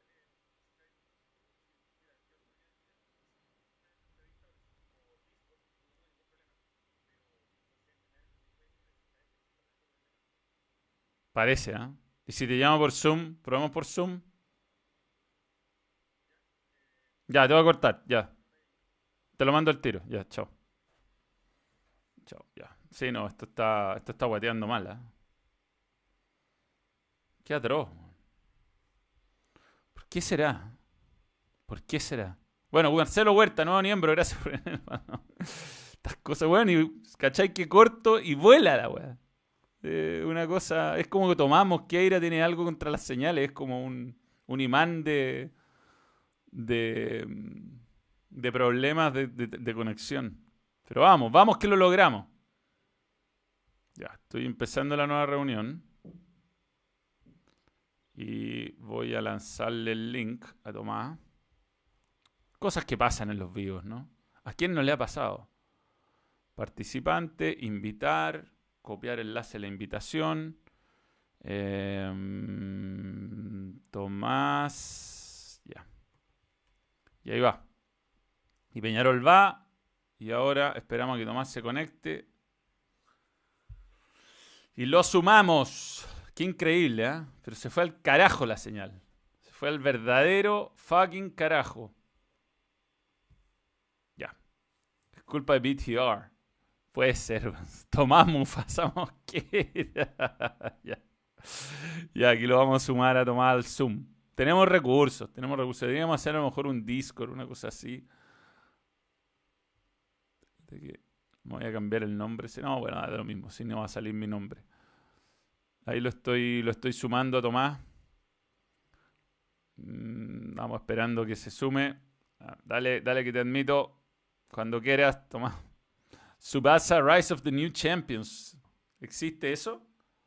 Parece, ¿ah? Y si te llamo por Zoom, probamos por Zoom. Ya, te voy a cortar, ya. Te lo mando al tiro, ya, chao. Chao, ya. Sí, no, esto está guateando mal, ¿ah? Qué atroz. ¿Por qué será? ¿Por qué será? Bueno, Marcelo Huerta, nuevo miembro, gracias por venir, hermano. Estas cosas, weón, y cachai que corto y vuela la weá. Una cosa, es como que tomamos que Aira tiene algo contra las señales, es como un imán de, de problemas de conexión. Pero vamos, vamos que lo logramos. Ya, estoy empezando la nueva reunión y voy a lanzarle el link a Tomás. Cosas que pasan en los vivos, ¿no? ¿A quién no le ha pasado? Participante, invitar, copiar enlace de la invitación. Tomás Ya. Y ahí va. Y Peñarol va. Y ahora esperamos a que Tomás se conecte. Y lo sumamos. Qué increíble, ¿eh? Pero se fue al carajo la señal. Se fue al verdadero fucking carajo. Ya. Es culpa de BTR. Puede ser. Tomás Mufasa Mosquera. Ya. Ya, aquí lo vamos a sumar a Tomás al Zoom. Tenemos recursos, tenemos recursos. Deberíamos hacer a lo mejor un Discord, una cosa así. Me voy a cambiar el nombre. No, bueno, da lo mismo, si no va a salir mi nombre. Ahí lo estoy sumando a Tomás. Vamos esperando que se sume. Dale que te admito. Cuando quieras, Tomás. Tsubasa Rise of the New Champions. ¿Existe eso?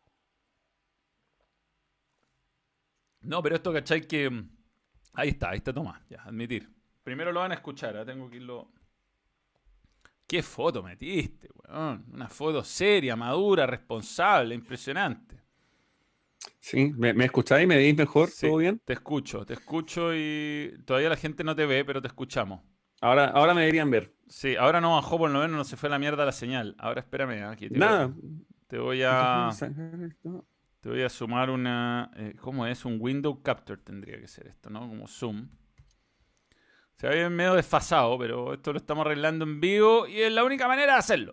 No, pero esto, ¿cachai? Que ahí está Tomás. Ya, admitir. Primero lo van a escuchar, tengo que irlo. ¿Qué foto metiste, weón? Una foto seria, madura, responsable, impresionante. Sí, ¿me escucháis? ¿Me veis mejor? Sí, ¿Todo bien? te escucho y todavía la gente no te ve, pero te escuchamos. Ahora me deberían ver. Sí, ahora no bajó, por lo menos no se fue a la mierda la señal. Ahora espérame, aquí Nada. te voy a sumar una... ¿cómo es? Un window capture tendría que ser esto, ¿no? Como zoom. Se ve medio desfasado, pero esto lo estamos arreglando en vivo y es la única manera de hacerlo.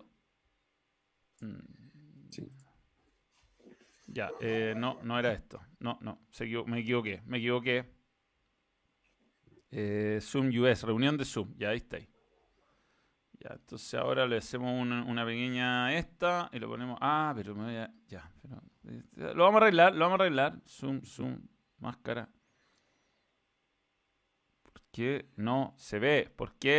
Sí. Ya, no era esto. No, me equivoqué. Zoom US, reunión de Zoom. Ya, ahí está. Ya, entonces ahora le hacemos una pequeña esta y lo ponemos... Ah, pero me voy a... Ya, pero... Lo vamos a arreglar. Zoom, máscara. ¿Por qué no se ve?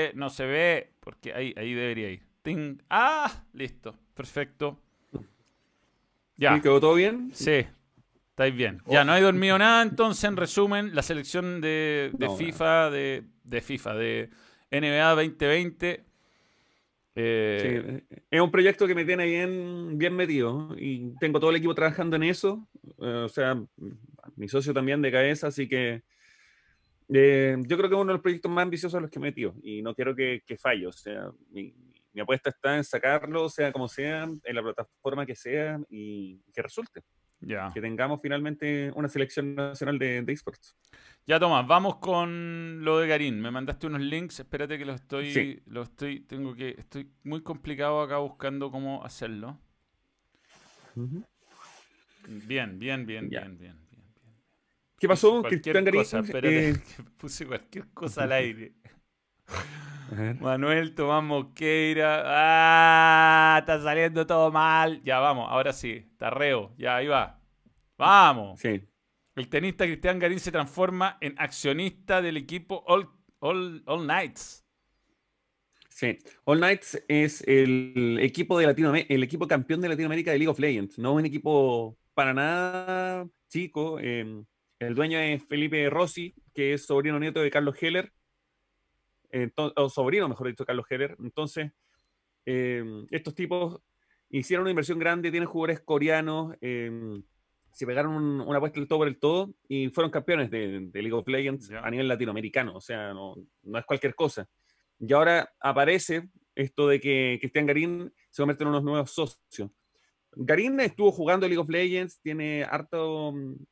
Porque ahí debería ir. ¡Ting! ¡Ah! Listo. Perfecto. Ya. ¿Sí, quedó todo bien? Sí. Estáis bien. Ya, no he dormido nada, entonces, en resumen, la selección de FIFA, de NBA 2020. Sí, es un proyecto que me tiene bien metido y tengo todo el equipo trabajando en eso. O sea, mi socio también de cabeza, así que yo creo que es uno de los proyectos más ambiciosos a los que me he metido y no quiero que falle. O sea, mi apuesta está en sacarlo, sea como sea, en la plataforma que sea y que resulte. Ya. Que tengamos finalmente una selección nacional de esports. Ya, Tomás, vamos con lo de Garín. Me mandaste unos links, espérate que Sí. estoy muy complicado acá buscando cómo hacerlo. Uh-huh. Bien. Ya. ¿Qué pasó, Cualquier Cristian Garín? cosa, espérate, que puse cualquier cosa al aire. Manuel Tomás Mosqueira. ¡Ah! Está saliendo todo mal. Ya, vamos, ahora sí. Tarreo. Ya, ahí va. ¡Vamos! Sí. El tenista Cristian Garín se transforma en accionista del equipo All Knights. Sí. All Knights es el equipo de el equipo campeón de Latinoamérica de League of Legends. No un equipo para nada chico. El dueño es Felipe Rossi, que es sobrino nieto de Carlos Heller. O sobrino, mejor dicho, Carlos Heller. Entonces, estos tipos hicieron una inversión grande, tienen jugadores coreanos, se pegaron una apuesta del todo por el todo y fueron campeones de League of Legends a nivel latinoamericano, o sea, no es cualquier cosa. Y ahora aparece esto de que Cristian Garín se convierte en unos nuevos socios. Garín estuvo jugando League of Legends, tiene harto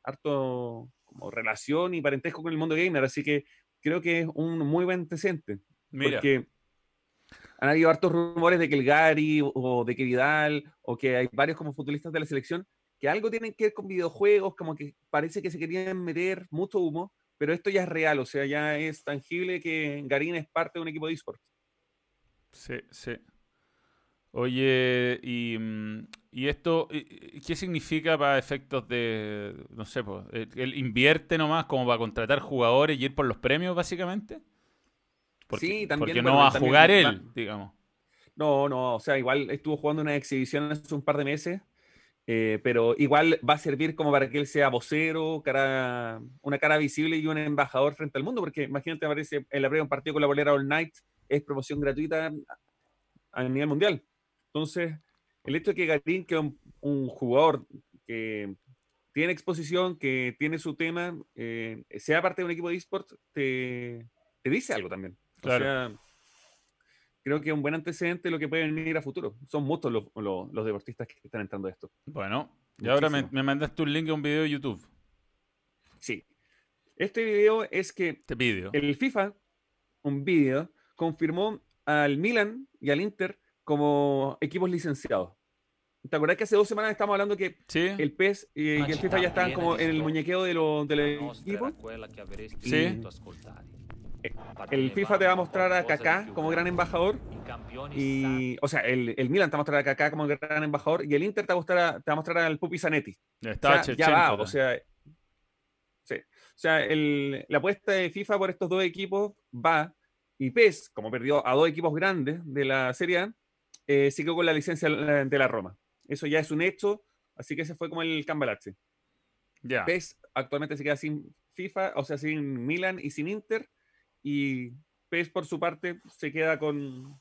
como relación y parentesco con el mundo gamer, así que creo que es un muy buen antecedente. Mira. Porque han habido hartos rumores de que el Gary o de que Vidal o que hay varios como futbolistas de la selección que algo tienen que ver con videojuegos, como que parece que se querían meter mucho humo, pero esto ya es real, o sea, ya es tangible que Garín es parte de un equipo de esports. Sí. Oye, y esto, ¿qué significa para efectos de, no sé, pues, él invierte nomás como para contratar jugadores y ir por los premios, básicamente? Sí, también. Porque no va a jugar él, digamos. No, o sea, igual estuvo jugando una exhibición hace un par de meses, pero igual va a servir como para que él sea vocero, una cara visible y un embajador frente al mundo, porque imagínate, aparece en la prueba un partido con la bolera All Night, es promoción gratuita a nivel mundial. Entonces, el hecho de que Garín, que es un jugador que tiene exposición, que tiene su tema, sea parte de un equipo de esports, te dice algo también. Claro. O sea, creo que es un buen antecedente lo que puede venir a futuro. Son muchos los deportistas que están entrando a esto. Bueno, y ahora Muchísimo. me mandaste un link a un video de YouTube. Sí. Este video es que Este video. el FIFA, un video, confirmó al Milan y al Inter como equipos licenciados. ¿Te acuerdas que hace 2 semanas estábamos hablando que ¿Sí? el PES y el FIFA ya estaban como en el muñequeo de los equipos? Sí. El FIFA te va a mostrar a Kaká como gran embajador. O sea, el Milan te va a mostrar a Kaká como gran embajador y el Inter te va a mostrar al Pupi Zanetti. Está O sea, ya Shevchenko va, también. o sea, sí. O sea, la apuesta de FIFA por estos dos equipos va, y PES, como perdió a dos equipos grandes de la Serie A, se quedó con la licencia de la Roma. Eso ya es un hecho, así que ese fue como el cambalache. Ya. PES actualmente se queda sin FIFA, o sea, sin Milan y sin Inter, y PES por su parte se queda con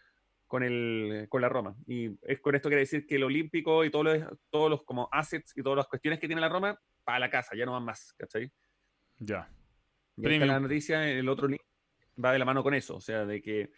la Roma. Y es con esto quiere decir que el Olímpico y todos los como assets y todas las cuestiones que tiene la Roma, para la casa, ya no van más, ¿cachai? Ya. Y ahí está la noticia, el otro link va de la mano con eso, o sea, de que...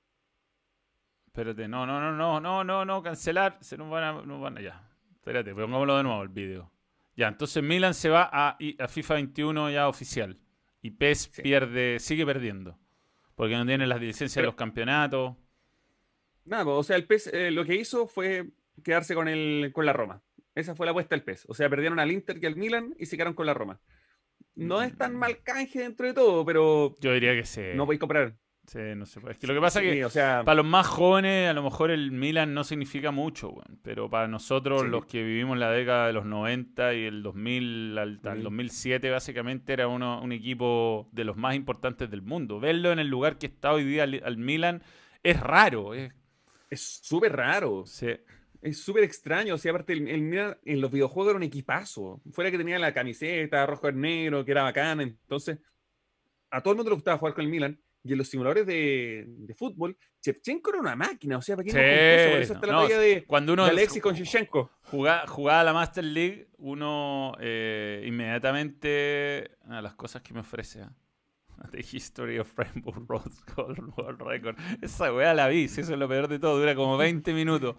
Espérate, no, cancelar, se nos van a, ya. Espérate, pongámoslo de nuevo el video. Ya, entonces Milan se va a FIFA 21 ya oficial. Y PES Sí. sigue perdiendo. Porque no tiene las licencias de los campeonatos. Nada, pues, o sea, el PES lo que hizo fue quedarse con la Roma. Esa fue la apuesta del PES. O sea, perdieron al Inter y al Milan y se quedaron con la Roma. No es tan mal canje dentro de todo, pero Yo diría que sí. no podéis comprar. Sí, no sé. Es que lo que pasa es Sí, que o sea, para los más jóvenes a lo mejor el Milan no significa mucho, weón. Pero para nosotros, Sí. los que vivimos la década de los 90 y el 2000 al 2007, básicamente era un equipo de los más importantes del mundo. Verlo en el lugar que está hoy día al Milan es raro. es súper raro. Sí. Es súper extraño. O sea, aparte, el Milan en los videojuegos era un equipazo. Fuera que tenía la camiseta rojo y negro, que era bacana. Entonces, a todo el mundo le gustaba jugar con el Milan. Y en los simuladores de fútbol, Shevchenko era una máquina. O sea, ¿para qué Sí, no con cosas? Por eso está no, la talla de cuando uno Alexis con Shevchenko. jugaba la Master League, uno inmediatamente... las cosas que me ofrece, ¿eh? The History of Rainbow Road World Record. Esa weá la vi, si eso es lo peor de todo, dura como 20 minutos.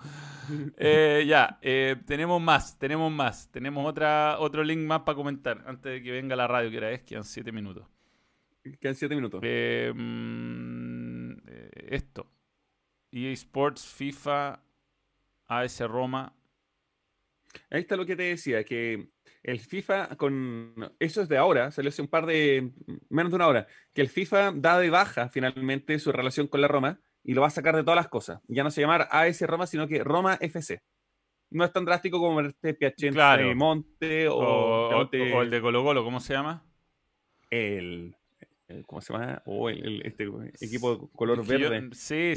Tenemos más. Tenemos otro link más para comentar antes de que venga la radio, que quedan 7 minutos. Quedan 7 minutos. Esto. EA Sports, FIFA, AS Roma. Ahí está lo que te decía, que el FIFA eso es de ahora, salió hace menos de una hora, que el FIFA da de baja finalmente su relación con la Roma y lo va a sacar de todas las cosas. Ya no se llama AS Roma, sino que Roma FC. No es tan drástico como este Piacente Claro. Monte o el de Colo Colo, ¿cómo se llama? ¿Cómo se llama? Este equipo de color verde. Sí.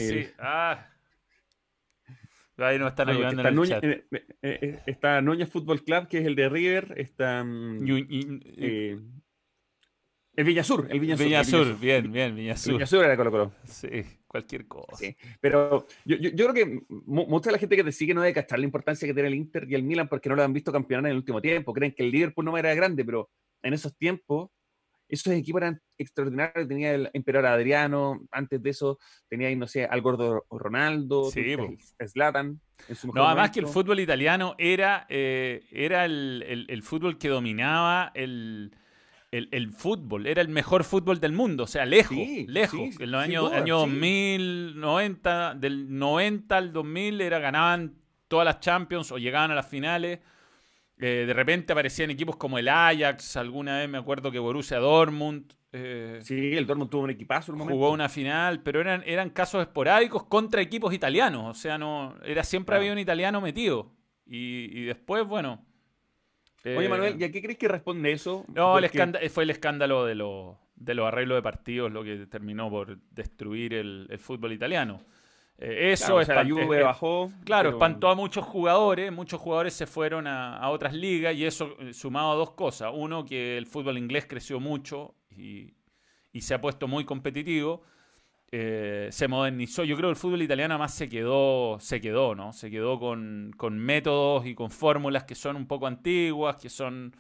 Ahí nos están ayudando en el chat. Está Núñez Fútbol Club, que es el de River. Está el Viñasur. Viñasur, bien, Viñasur. Viñasur era Colo Colo. Sí, cualquier cosa. Sí. Pero yo creo que mucha de la gente que te sigue no debe cachar la importancia que tiene el Inter y el Milan porque no lo han visto campeonar en el último tiempo. Creen que el Liverpool no era grande, pero en esos tiempos esos equipos eran extraordinarios. Tenía el Emperador Adriano, antes de eso tenía, no sé, al gordo Ronaldo, Sí, Zlatan. En su mejor no, además momento. que el fútbol italiano era el fútbol que dominaba el fútbol, era el mejor fútbol del mundo, o sea, lejos. Sí, En los años sí. 2000, 90, del 90 al 2000 ganaban todas las Champions o llegaban a las finales. De repente aparecían equipos como el Ajax, alguna vez me acuerdo que Borussia Dortmund sí, el Dortmund tuvo un equipazo en un jugó una final, pero eran casos esporádicos contra equipos italianos, o sea, siempre había un italiano metido. Y después, bueno... Oye, Manuel, ¿y a qué crees que responde eso? No, fue el escándalo de los arreglos de partidos lo que terminó por destruir el fútbol italiano. Eso claro, o sea, la Juve bajó. Claro, espantó a muchos jugadores se fueron a otras ligas y eso sumado a dos cosas. Uno, que el fútbol inglés creció mucho y se ha puesto muy competitivo. se modernizó. Yo creo que el fútbol italiano más se quedó, ¿no? Se quedó con métodos y con fórmulas que son un poco antiguas, que son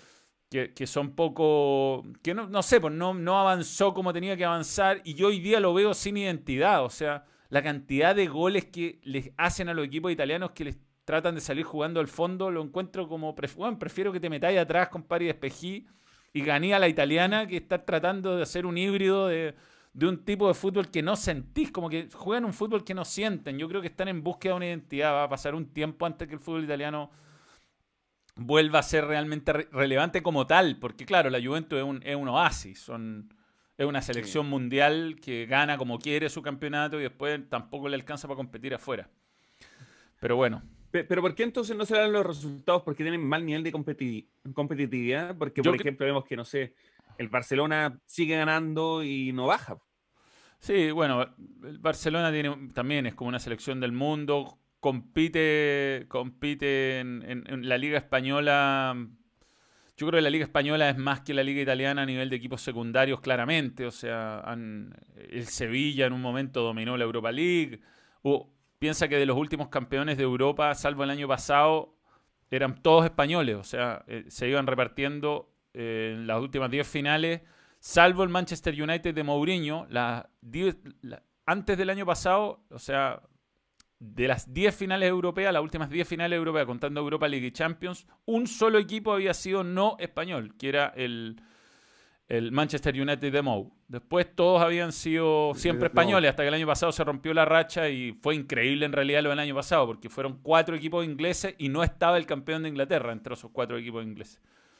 poco, que no sé, pues no avanzó como tenía que avanzar, y yo hoy día lo veo sin identidad. O sea, la cantidad de goles que les hacen a los equipos italianos que les tratan de salir jugando al fondo, lo encuentro como, bueno, prefiero que te metáis atrás, compadre, y despejí, y gané a la italiana, que estar tratando de hacer un híbrido de un tipo de fútbol que no sentís, como que juegan un fútbol que no sienten. Yo creo que están en búsqueda de una identidad. Va a pasar un tiempo antes que el fútbol italiano vuelva a ser realmente relevante como tal, porque claro, la Juventus es un oasis, es una selección mundial que gana como quiere su campeonato y después tampoco le alcanza para competir afuera. Pero bueno. Pero ¿por qué entonces no se dan los resultados? ¿Porque tienen mal nivel de competitividad? Porque, por ejemplo, vemos que, no sé, el Barcelona sigue ganando y no baja. Sí, bueno, el Barcelona también es como una selección del mundo, compite en la Liga Española. Yo creo que la Liga Española es más que la Liga Italiana a nivel de equipos secundarios, claramente. O sea, el Sevilla en un momento dominó la Europa League. Piensa que de los últimos campeones de Europa, salvo el año pasado, eran todos españoles. O sea, se iban repartiendo en las últimas 10 finales, salvo el Manchester United de Mourinho. Antes del año pasado, o sea, de las 10 finales europeas, las últimas 10 finales europeas, contando Europa League y Champions, un solo equipo había sido no español, que era el Manchester United de Mou. Después todos habían sido siempre españoles, hasta que el año pasado se rompió la racha y fue increíble en realidad lo del año pasado, porque fueron 4 equipos ingleses y no estaba el campeón de Inglaterra entre esos 4 equipos ingleses.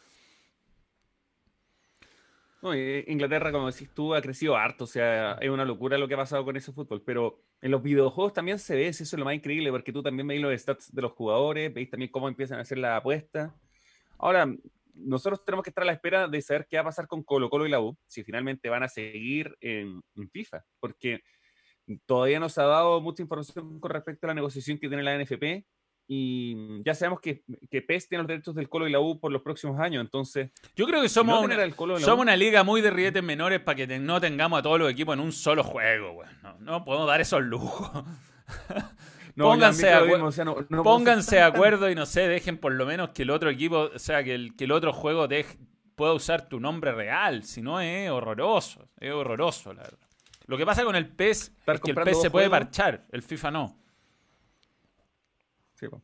No, Inglaterra, como decís tú, ha crecido harto. O sea, es una locura lo que ha pasado con ese fútbol. Pero en los videojuegos también se ve, eso es lo más increíble, porque tú también veis los stats de los jugadores, veis también cómo empiezan a hacer la apuesta. Ahora, nosotros tenemos que estar a la espera de saber qué va a pasar con Colo-Colo y la U, si finalmente van a seguir en FIFA, porque todavía no se ha dado mucha información con respecto a la negociación que tiene la NFP, y ya sabemos que PES tiene los derechos del Colo y la U por los próximos años. Entonces, yo creo que somos una liga muy de rietes menores para que no tengamos a todos los equipos en un solo juego, güey. No podemos dar esos lujos. Pónganse de acuerdo y no sé, dejen por lo menos que el otro equipo, o sea, que el otro juego pueda usar tu nombre real. Si no, es horroroso, la verdad. Lo que pasa con el PES es que el PES se puede parchar, el FIFA no. Sí,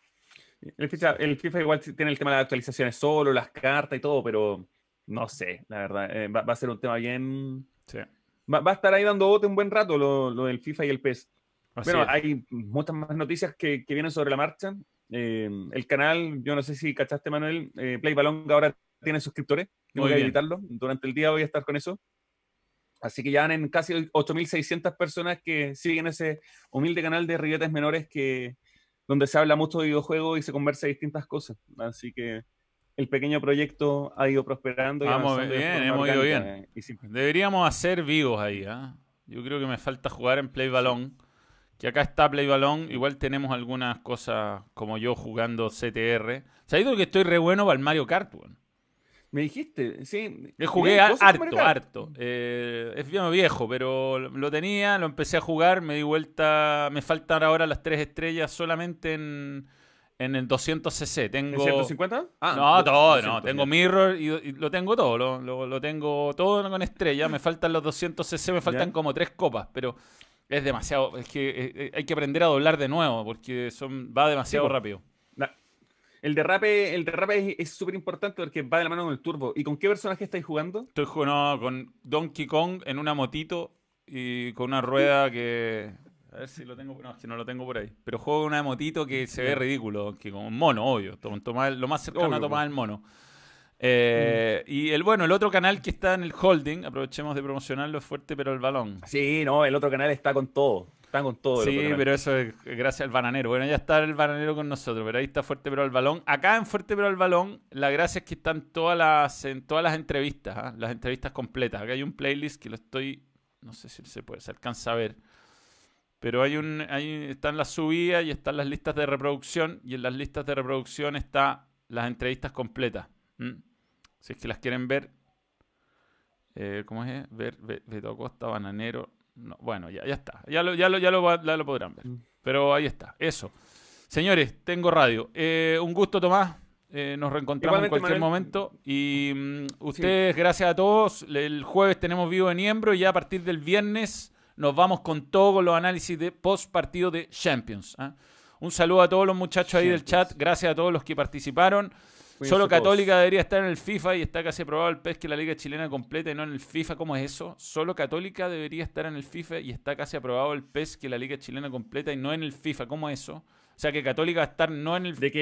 el FIFA igual tiene el tema de las actualizaciones solo, las cartas y todo, pero no sé, la verdad, va a ser un tema bien... Sí. Va a estar ahí dando bote un buen rato lo del FIFA y el PES. Bueno, hay muchas más noticias que vienen sobre la marcha. El canal, yo no sé si cachaste, Manuel, Play Balón ahora tiene suscriptores. Tengo que habilitarlo. Durante el día voy a estar con eso. Así que ya van en casi 8.600 personas que siguen ese humilde canal de rilletes menores donde se habla mucho de videojuegos y se conversa de distintas cosas. Así que el pequeño proyecto ha ido prosperando. Vamos bien, hemos ido bien. Deberíamos hacer vivos ahí. Yo creo que me falta jugar en Play Balón. Que acá está Play Balón. Igual tenemos algunas cosas como yo jugando CTR. ¿Sabes que estoy re bueno para el Mario Kart? Bueno? Me dijiste, sí. Jugué harto. Es bien viejo, pero lo tenía, lo empecé a jugar, me di vuelta. Me faltan ahora las 3 estrellas solamente en el 200cc. Tengo... ¿En 150? No, todo, 200, no. Tengo mirror y lo tengo todo. Lo tengo todo con estrellas. Me faltan los 200cc, me faltan como 3 copas, pero es demasiado. Es que hay que aprender a doblar de nuevo porque va demasiado rápido. El derrape es súper importante porque va de la mano con el turbo. ¿Y con qué personaje estáis jugando? Estoy jugando con Donkey Kong en una motito y con una rueda que... A ver si lo tengo... No, es que no lo tengo por ahí. Pero juego con una motito que se ve ridículo. Que como un mono, obvio. Lo más cercano a tomar el mono. Y el otro canal que está en el holding, aprovechemos de promocionarlo, es Fuerte Pero el Balón. Sí, no, el otro canal está con todo. Están con todo. Sí, pero eso es gracias al bananero. Bueno, ya está el bananero con nosotros, pero ahí está Fuerte Pero el Balón. Acá en Fuerte Pero el Balón, la gracia es que están en todas las entrevistas, las entrevistas completas. Acá hay un playlist que lo estoy, no sé si se alcanza a ver, pero ahí están las subidas y están las listas de reproducción, y en las listas de reproducción están las entrevistas completas. Si es que las quieren ver, ¿cómo es? Ver Beto Acosta, Bananero. No, bueno, ya está. Ya lo podrán ver. Pero ahí está. Eso. Señores, tengo radio. Un gusto, Tomás. Nos reencontramos Igualmente, en cualquier Manuel. momento. Y ustedes, gracias a todos. El jueves tenemos Vivo de Niembro y ya a partir del viernes nos vamos con todo con los análisis de post partido de Champions. Un saludo a todos los muchachos ahí del chat. Gracias a todos los que participaron. Solo Católica debería estar en el FIFA y está casi aprobado el PES que la Liga Chilena completa y no en el FIFA. ¿Cómo es eso? Solo Católica debería estar en el FIFA y está casi aprobado el PES que la Liga Chilena completa y no en el FIFA. ¿Cómo es eso? O sea, que Católica va a estar no en el... De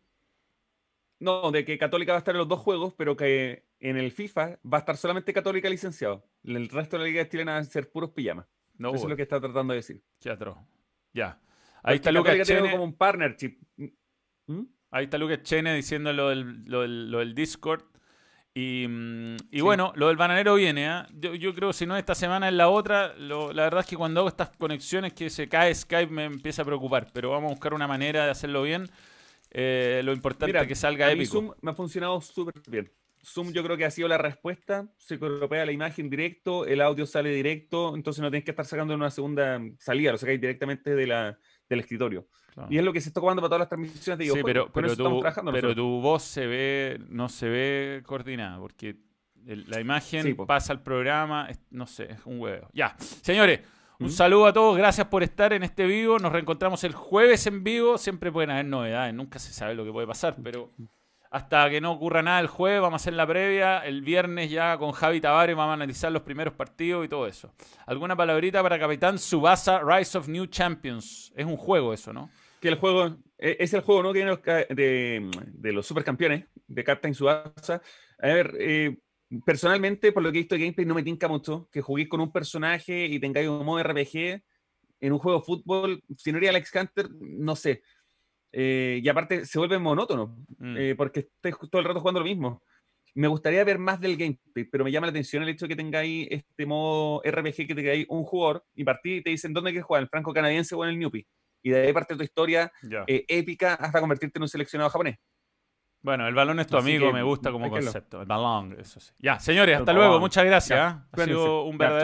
que Católica va a estar en los dos juegos, pero que en el FIFA va a estar solamente Católica licenciado. El resto de la Liga Chilena van a ser puros pijamas. No, eso es lo que está tratando de decir. Qué atroz. Ya. Ahí está Lucas Lucas Chene. como un partnership. Ahí está Lucas Chene diciendo lo del Discord. Y bueno, lo del bananero viene. Yo creo que si no esta semana es la otra. La verdad es que cuando hago estas conexiones que se cae Skype me empieza a preocupar. Pero vamos a buscar una manera de hacerlo bien. Lo importante es que salga épico. Zoom me ha funcionado súper bien. Zoom yo creo que ha sido la respuesta. Se copia la imagen directo, el audio sale directo, entonces no tienes que estar sacando una segunda salida, lo sacáis directamente del escritorio. Claro. Y es lo que se está ocupando para todas las transmisiones de videojuegos. Sí, pero tu voz no se ve coordinada, porque la imagen pasa al programa, no sé, es un huevo. Ya, señores. Un saludo a todos, gracias por estar en este vivo. Nos reencontramos el jueves en vivo. Siempre pueden haber novedades, nunca se sabe lo que puede pasar, pero hasta que no ocurra nada el jueves vamos a hacer la previa. El viernes ya con Javi Tavares vamos a analizar los primeros partidos y todo eso. ¿Alguna palabrita para Capitán Tsubasa Rise of New Champions? Es un juego eso, ¿no? Que el juego es el juego, ¿no? Que viene de los supercampeones, de Captain Tsubasa. A ver, personalmente, por lo que he visto de gameplay, no me tinca mucho que juguéis con un personaje y tengáis un modo RPG en un juego de fútbol. Si no iría Alex Hunter, no sé. Y aparte se vuelve monótono, porque estáis todo el rato jugando lo mismo. Me gustaría ver más del gameplay, pero me llama la atención el hecho de que tengáis este modo RPG, que tengáis un jugador y partís y te dicen dónde quieres jugar, el franco canadiense o en el Newpie. Y de ahí parte tu historia épica hasta convertirte en un seleccionado japonés. Bueno, el balón es tu amigo, me gusta como concepto. El balón, eso sí. Ya, señores, hasta luego. Muchas gracias. Ha sido un verdadero